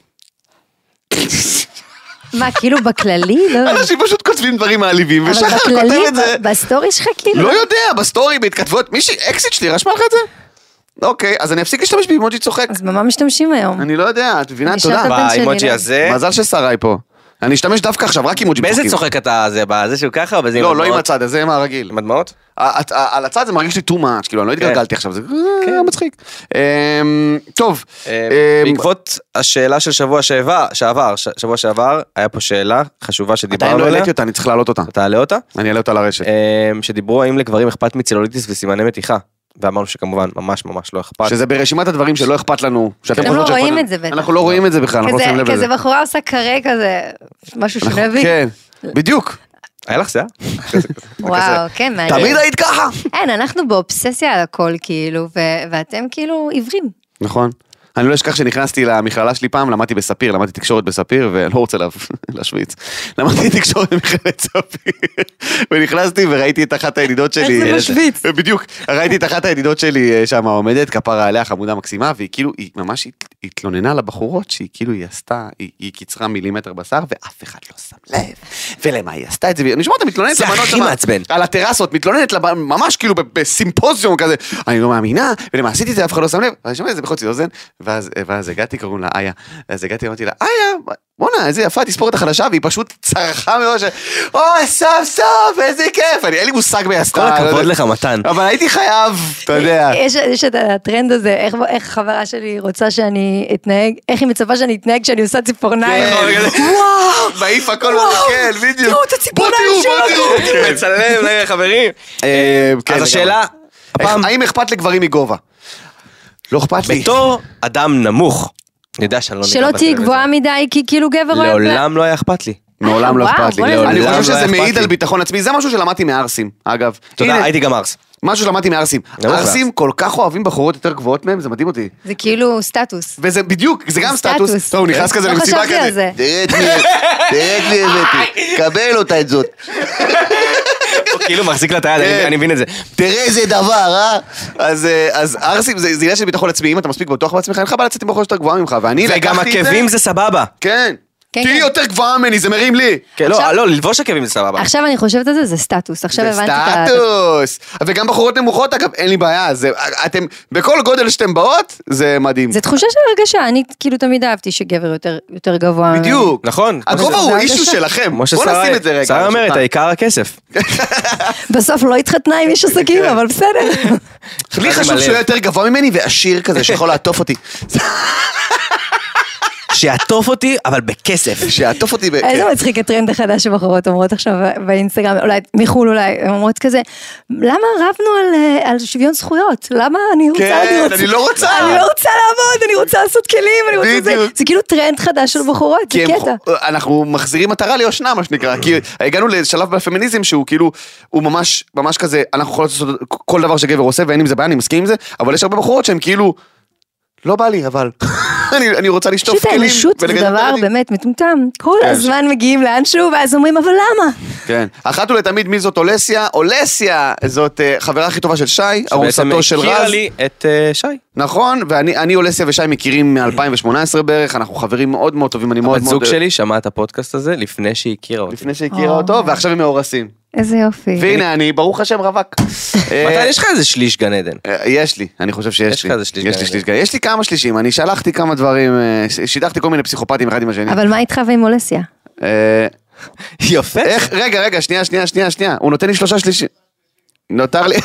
מה, כאילו בכללי? אנשים פשוט כותבים דברים מעליבים, ושחר כותב את זה. בסטורי שלך כאילו? לא יודע, בסטורי, בהתכתבות, מישהי, אקסיט שלי, רשמה לך את זה? אוקיי, אז אני אפסיק להשתמש באימוג'י צוחק. אז במה משתמשים היום? אני לא יודע, את מבינה, תודה. באימוג'י הזה. מזל ששרי פה. אני אשתמש דווקא עכשיו, רק אימוג'י צוחקים. באיזה צוחק אתה זה? בזה שהוא ככה או בזה עם הדמעות? לא, לא עם הצד, זה עם הרגיל. עם הדמעות? על הצד זה מרגיש לי too much, כאילו אני לא התגלגלתי עכשיו, זה מצחיק. טוב. בעקבות השאלה של שבוע שעבר, היה פה שאלה חשובה שדיברנו עליה. עדיין לא העליתי אותה, אני צריך להעלות אותה. אתה תעלה אותה? אני אעלה אותה לרשת. שדיברו האם לגברים אכפת מצלוליטיס וסימני מתיחה. ואמרנו שכמובן ממש לא אכפת. שזה ברשימת הדברים שלא אכפת לנו. אתם לא רואים את זה בטח. אנחנו לא רואים את זה בכלל, אנחנו עושים לב לזה. כזה בחורה עושה קרה כזה, משהו שנביא. כן, בדיוק. היה לך שיער? וואו, כן, מעניין. תמיד היית ככה. אין, אנחנו באובססיה על הכל כאילו, ואתם כאילו עיוורים. נכון. אני לא אשכח שנכנסתי למכללה שלי פעם, למדתי בספיר, למדתי תקשורת בספיר, ואני לא רוצה להשוויץ. למדתי תקשורת במכללת ספיר, ונכנסתי וראיתי את אחת הידידות שלי. איזה משוויץ. בדיוק, ראיתי את אחת הידידות שלי שם עומדת, כפרה עליה חמודה מקסימה, והיא כאילו, היא ממש התלוננה לבחורות, שהיא כאילו היא עשתה, היא קיצרה מילימטר בשר, ואף אחד לא שם לב. ולמה היא עשתה את זה? אני שומע אותה מתלוננת על הטרסות, מתלוננת ממש כאילו בסימפוזיום כזה, אני לא מאמינה, ולמה עשיתי את זה, אף אחד לא שם לב. אני שומע את זה בחוץ אוזן, ואז הגעתי, קוראים לה איה, אז הגעתי, אמרתי לה, איה, בוא'נה, איזה יפה, תספורת החדשה, והיא פשוט צרחה מראש, סוף, איזה כיף, אין לי מושג ביסתה. כל הכבוד לך, מתן. אבל הייתי חייב, אתה יודע. יש את הטרנד הזה, איך חברה שלי רוצה שאני אתנהג, איך היא מצפה שאני אתנהג כשאני עושה ציפורניים. וואו, מעיף הכל כן, בדיוק. תראו את הציפורניים שלנו. מצלם, חברים. אז השאלה, האם אכפת לגברים מגובה? לא אכפת לי. בתור אדם נמוך, אני יודע שאני לא ניגע שלא תהיה גבוהה מדי, כי כאילו גבר רואה... לעולם לא היה אכפת לי. מעולם לא אכפת לי. אני חושב שזה מעיד על ביטחון עצמי, זה משהו שלמדתי מארסים, אגב. תודה, הייתי גם ארס. משהו שלמדתי מארסים. ארסים כל כך אוהבים בחורות יותר גבוהות מהם, זה מדהים אותי. זה כאילו סטטוס. וזה בדיוק, זה גם סטטוס. טוב, הוא נכנס כזה למסיבה כזה. תראה מי הבאתי, קבל אותה את זאת. הוא כאילו מחזיק לה את היד, אני מבין את זה. תראה איזה דבר, אז ארסים, זה עניין של ביטחון עצמי, אם אתה מספיק בטוח בעצמך, אין לך בא לצאת עם בחורה יותר גבוהה ממך, וגם עקבים זה סבבה. כן. תהי יותר גבוהה ממני, זה מרים לי. לא, ללבוש עקבים זה סבבה. עכשיו אני חושבת על זה, זה סטטוס. עכשיו הבנתי את סטטוס. וגם בחורות נמוכות, אגב, אין לי בעיה. אתם, בכל גודל שאתם באות, זה מדהים. זה תחושה של הרגשה. אני כאילו תמיד אהבתי שגבר יותר גבוה. בדיוק. נכון. הגובה הוא אישו שלכם. בוא נשים את זה רגע. שרה אומרת, העיקר הכסף. בסוף לא התחתנה עם איש עסקים, אבל בסדר. לי חשוב שהוא יותר גבוה ממני ועשיר כזה, שיכול לעטוף אותי. שיעטוף אותי, אבל בכסף. שיעטוף אותי איזה מצחיק הטרנד החדש שבחורות אומרות עכשיו באינסטגרם, אולי, מחול אולי, הן אומרות כזה, למה רבנו על שוויון זכויות? למה אני רוצה, כן, אני לא רוצה. אני לא רוצה לעבוד, אני רוצה לעשות כלים, אני רוצה זה. זה כאילו טרנד חדש של בחורות, זה קטע. אנחנו מחזירים מטרה ליושנה, מה שנקרא, כי הגענו לשלב בפמיניזם שהוא כאילו, הוא ממש כזה, אנחנו יכולים לעשות כל דבר שגבר עושה, ואין עם זה בעיה, אני מסכים עם זה, אבל יש הרבה בחורות שהן כאילו, לא בא לי, אבל אני רוצה לשטוף כלים. פשוט האנושות זה דבר באמת מטומטם. כל הזמן מגיעים לאנשהו, ואז אומרים, אבל למה? כן. אחת ולתמיד מי זאת אולסיה? אולסיה זאת חברה הכי טובה של שי, ארוסתו של רז. שבעצם הכירה לי את שי. נכון, ואני אולסיה ושי מכירים מ-2018 בערך, אנחנו חברים מאוד מאוד טובים, אני מאוד מאוד... הבת זוג שלי שמע את הפודקאסט הזה לפני שהכירה אותי. לפני שהכירה אותו, ועכשיו הם מאורסים. איזה יופי. והנה, אני ברוך השם רווק. מתי יש לך איזה שליש גן עדן? יש לי, אני חושב שיש לי. יש לך איזה שליש גן עדן. יש לי כמה שלישים, אני שלחתי כמה דברים, שידחתי כל מיני פסיכופטים אחד עם השני. אבל מה איתך ועם אולסיה? יופי. רגע, שנייה, הוא נותן לי 3 שלישים. נותר לי...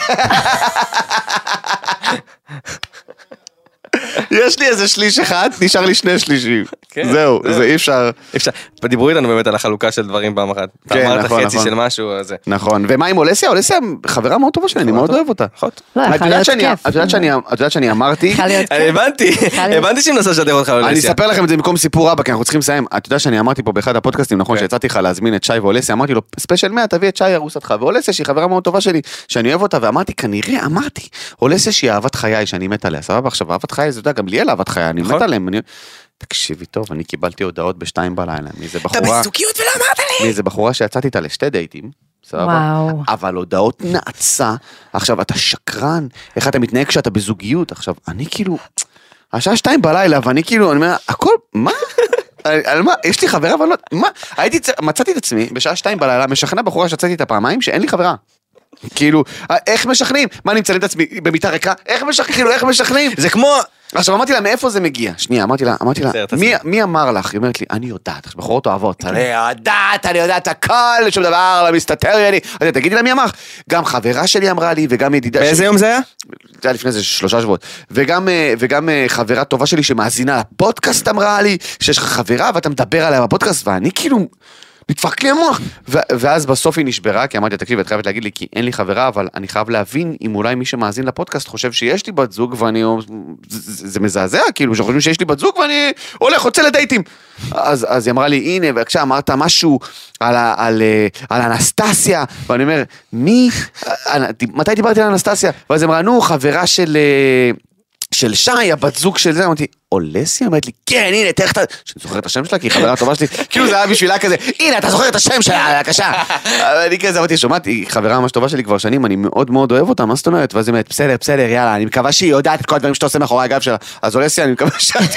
יש לי איזה שליש אחד, נשאר לי 2 שלישים. זהו, זה אי אפשר. דיברו איתנו באמת על החלוקה של דברים פעם אחת. אתה אמרת חצי של משהו, זה. נכון, ומה עם אולסיה? אולסיה חברה מאוד טובה שלי, אני מאוד אוהב אותה. את יודעת שאני אמרתי... הבנתי שהיא מנסה לשתף אותך אולסיה. אני אספר לכם את זה במקום סיפור רבא, כי אנחנו צריכים לסיים. אתה יודע שאני אמרתי פה באחד הפודקאסטים, נכון, שיצאתי לך להזמין את שי ואולסיה, אמרתי לו, ספיישל 100, תביא את שי ארוסתך, ואולסיה שהיא חברה מאוד טובה שלי, שאני אוהב אותה, ואמרתי, כנראה, אמרתי, אולסיה שהיא אהבת חיי, שאני מת עליה, סבבה, עכשיו אהבת חיי, זה יודע, גם לי אהבת חיי, אני מת עליהם, תקשיבי טוב, אני קיבלתי הודעות ב2 בלילה, מאיזה בחורה, אתה בסוכיות ולא אמרת לי, מאיזה בחורה שיצאתי איתה ל2 דייטים, סבבה, אבל הודעות נעצה, עכשיו אתה שקרן, איך אתה מתנהג כשאתה בזוגיות, עכשיו אני כאילו, השעה 2 בלילה, ואני כאילו, אני אומר, הכל, מה? על מה? יש לי חברה, אבל לא, מה? מצאתי את עצמי, בשעה 2 בלילה, משכנע בחורה שיצאתי איתה פעמיים, שאין לי חברה. כאילו, איך משכנעים? מה, אני מצלם את עצמי במיטה ריקה? איך משכנעים? זה כמו... עכשיו, אמרתי לה, מאיפה זה מגיע? שנייה, אמרתי לה, מי אמר לך? היא אומרת לי, אני יודעת, בחורות אוהבות, אני יודעת הכל, שום דבר, לא מסתתר לי, תגידי לה מי אמר? גם חברה שלי אמרה לי, וגם ידידה שלי. באיזה יום זה היה? זה היה לפני איזה 3 שבועות. וגם חברה טובה שלי שמאזינה לפודקאסט אמרה לי, שיש לך חברה ואתה מדבר עליה בפודקאסט, ואני כאילו... נדפק לי המוח, ואז בסוף היא נשברה, כי אמרתי, תקשיב, את חייבת להגיד לי, כי אין לי חברה, אבל אני חייב להבין אם אולי מי שמאזין לפודקאסט חושב שיש לי בת זוג, ואני, זה מזעזע, כאילו, שחושבים שיש לי בת זוג, ואני הולך, רוצה לדייטים. אז היא אמרה לי, הנה, בבקשה, אמרת משהו על אנסטסיה, ואני אומר, מתי דיברתי על אנסטסיה? ואז היא אמרה, נו, חברה של שי, הבת זוג של זה, אמרתי, אולסיה? אמרת לי, כן, הנה, תראה איך אתה... שאני זוכר את השם שלה, כי היא חברה טובה שלי, כאילו זה היה בשבילה כזה, הנה, אתה זוכר את השם שלה, בבקשה. אני כזה אמרתי, שומעת, היא חברה ממש טובה שלי כבר שנים, אני מאוד מאוד אוהב אותה, מה זאת אומרת? ואז היא אומרת, בסדר, יאללה, אני מקווה שהיא יודעת את כל הדברים שאתה עושה מאחורי הגב שלה. אז אולסיה, אני מקווה שאת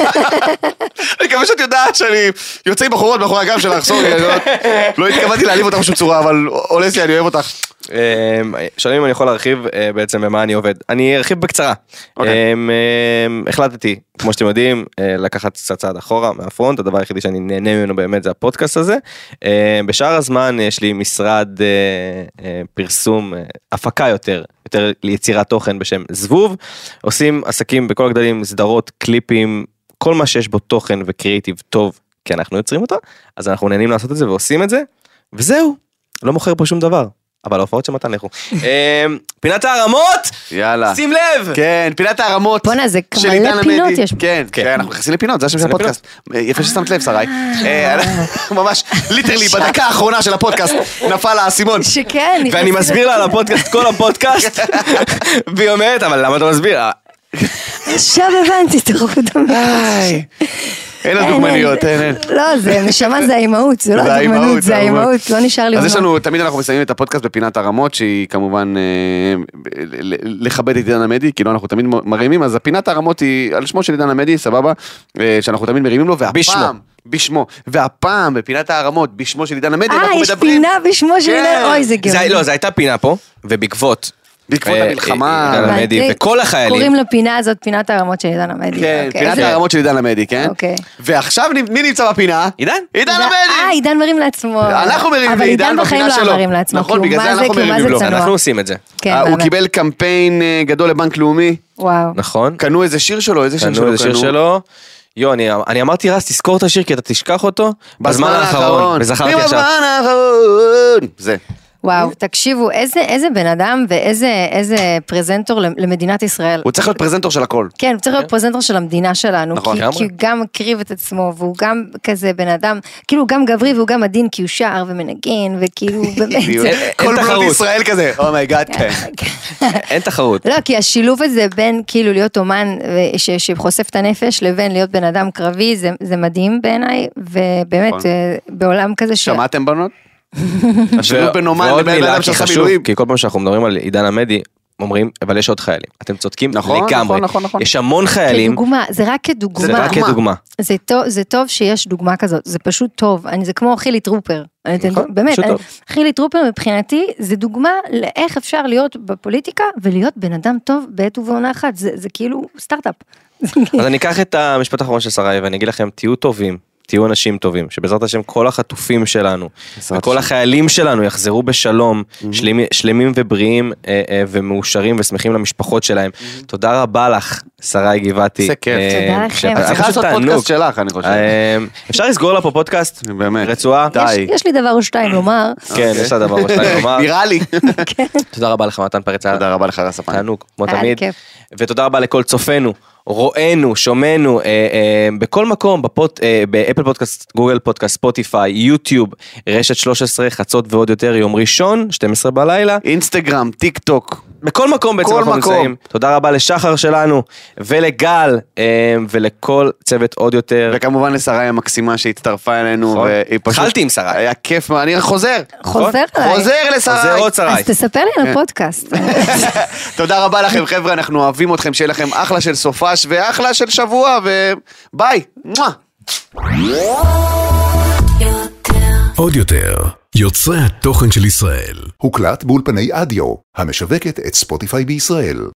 יודעת שאני יוצא עם בחורות מאחורי הגב שלה, לא התכוונתי להעליב אותה בשום צורה, אבל אולסיה, אני אוהב אותך. שואלים אם אני יכול להרחיב בעצם במה אני עובד. אני ארחיב בקצרה. החלטתי, כמו שאתם יודעים, לקחת קצת צעד אחורה מהפרונט, הדבר היחידי שאני נהנה ממנו באמת זה הפודקאסט הזה. בשאר הזמן יש לי משרד פרסום, הפקה יותר ליצירת תוכן בשם זבוב, עושים עסקים בכל הגדלים, סדרות, קליפים, כל מה שיש בו תוכן וקריאיטיב טוב, כי אנחנו יוצרים אותו, אז אנחנו נהנים לעשות את זה ועושים את זה, וזהו, לא מוכר פה שום דבר. אבל ההופעות שמתן לכו. פינת הערמות! יאללה. שים לב! כן, פינת הערמות. בונה, זה מלא פינות יש. כן, אנחנו נכנסים לפינות, זה השם של הפודקאסט. יפה ששמת לב, שרי. ממש, ליטרלי, בדקה האחרונה של הפודקאסט, נפל האסימון. שכן. ואני מסביר לה על הפודקאסט, כל הפודקאסט, והיא אומרת, אבל למה אתה מסביר? עכשיו הבנתי, תראו דומה. אין הדוגמניות, אין. לא, זה נשמה, זה האימהות, זה לא הדוגמנות, זה האימהות, לא נשאר לי. אז יש לנו, תמיד אנחנו מסיימים את הפודקאסט בפינת הרמות, שהיא כמובן לכבד את עידן עמדי, כאילו אנחנו תמיד מרימים, אז הפינת הרמות היא על שמו של עידן עמדי, סבבה, שאנחנו תמיד מרימים לו, והפעם, בשמו, והפעם בפינת הרמות, בשמו של עידן עמדי, אנחנו מדברים. יש פינה בשמו של עידן, אוי, זה גאון. לא, זו הייתה פינה פה, ובעקבות המלחמה, עידן עמדי וכל החיילים. קוראים לפינה הזאת פינת הרמות של עידן עמדי. כן, פינת הרמות של עידן עמדי, כן? ועכשיו מי נמצא בפינה? עידן? עידן עמדי! עידן מרים לעצמו. אנחנו מרימים אבל עידן בחיים לא מרים לעצמו. נכון, בגלל זה אנחנו מרימים לו. אנחנו עושים את זה. הוא קיבל קמפיין גדול לבנק לאומי. וואו. נכון. קנו איזה שיר שלו, איזה שיר שלו קנו? אני אמרתי רז, תזכור את השיר כי אתה תשכח אותו בזמן האחרון. וזכרתי עכשיו. בזמן האחרון. זה. וואו, תקשיבו, איזה בן אדם ואיזה פרזנטור למדינת ישראל. הוא צריך להיות פרזנטור של הכל. כן, הוא צריך להיות פרזנטור של המדינה שלנו, נכון. כי הוא גם מקריב את עצמו, והוא גם כזה בן אדם, כאילו הוא גם גברי והוא גם עדין, כי הוא שר ומנגן, וכאילו באמת. כל בנות ישראל כזה, אומייגאד, כן. אין תחרות. לא, כי השילוב הזה בין כאילו להיות אומן שחושף את הנפש, לבין להיות בן אדם קרבי, זה מדהים בעיניי, ובאמת בעולם כזה שמעתם בנות? השילוב בין אומן ועוד לבין מילה, אדם כי שעושה חשוב, מילואים. כי כל פעם שאנחנו מדברים על עידן עמדי, אומרים, אבל יש עוד חיילים. אתם צודקים לגמרי. יש המון חיילים. כדוגמה, זה רק כדוגמה. זה רק כדוגמה. זה טוב שיש דוגמה כזאת, זה פשוט טוב. זה כמו חילי טרופר. באמת, חילי טרופר מבחינתי, זה דוגמה לאיך אפשר להיות בפוליטיקה, ולהיות בן אדם טוב בעת ובעונה אחת. זה כאילו סטארט-אפ. אז אני אקח את המשפט האחרון של שרי, ואני אגיד לכם, תהיו טובים. תהיו אנשים טובים, שבעזרת השם כל החטופים שלנו, וכל החיילים שלנו יחזרו בשלום, שלמים ובריאים, ומאושרים ושמחים למשפחות שלהם. תודה רבה לך, שרי גבעתי. זה כיף. תודה לכם. את צריכה לעשות פודקאסט שלך, אני חושב. אפשר לסגור לה פה פודקאסט? באמת. רצועה? די. יש לי דבר או שתיים לומר. כן, יש לה דבר או שתיים לומר. נראה לי. תודה רבה לך, מתן פרץ. תודה רבה לך, רס הפעם. תענוג, כמו תמיד. ותודה רבה לכל צופנו. רואינו, שומענו, בכל מקום, באפל פודקאסט, גוגל פודקאסט, ספוטיפיי, יוטיוב, רשת 13, חצות ועוד יותר, יום ראשון, 12 בלילה. אינסטגרם, טיק טוק. בכל מקום בעצם אנחנו נמצאים. תודה רבה לשחר שלנו, ולגל, ולכל צוות עוד יותר. וכמובן לשרי המקסימה שהצטרפה אלינו. התחלתי עם שרי. היה כיף, אני חוזר. חוזר לשרי. חוזר עוד שרי. אז תספר לי על הפודקאסט. תודה רבה לכם חבר'ה, אנחנו אוהבים אתכם, שיהיה לכם אחלה של סופש ואחלה של שבוע, וביי. עוד יותר, יוצרי התוכן של ישראל. הוקלט באולפני אדיו, המשווקת את ספוטיפיי בישראל.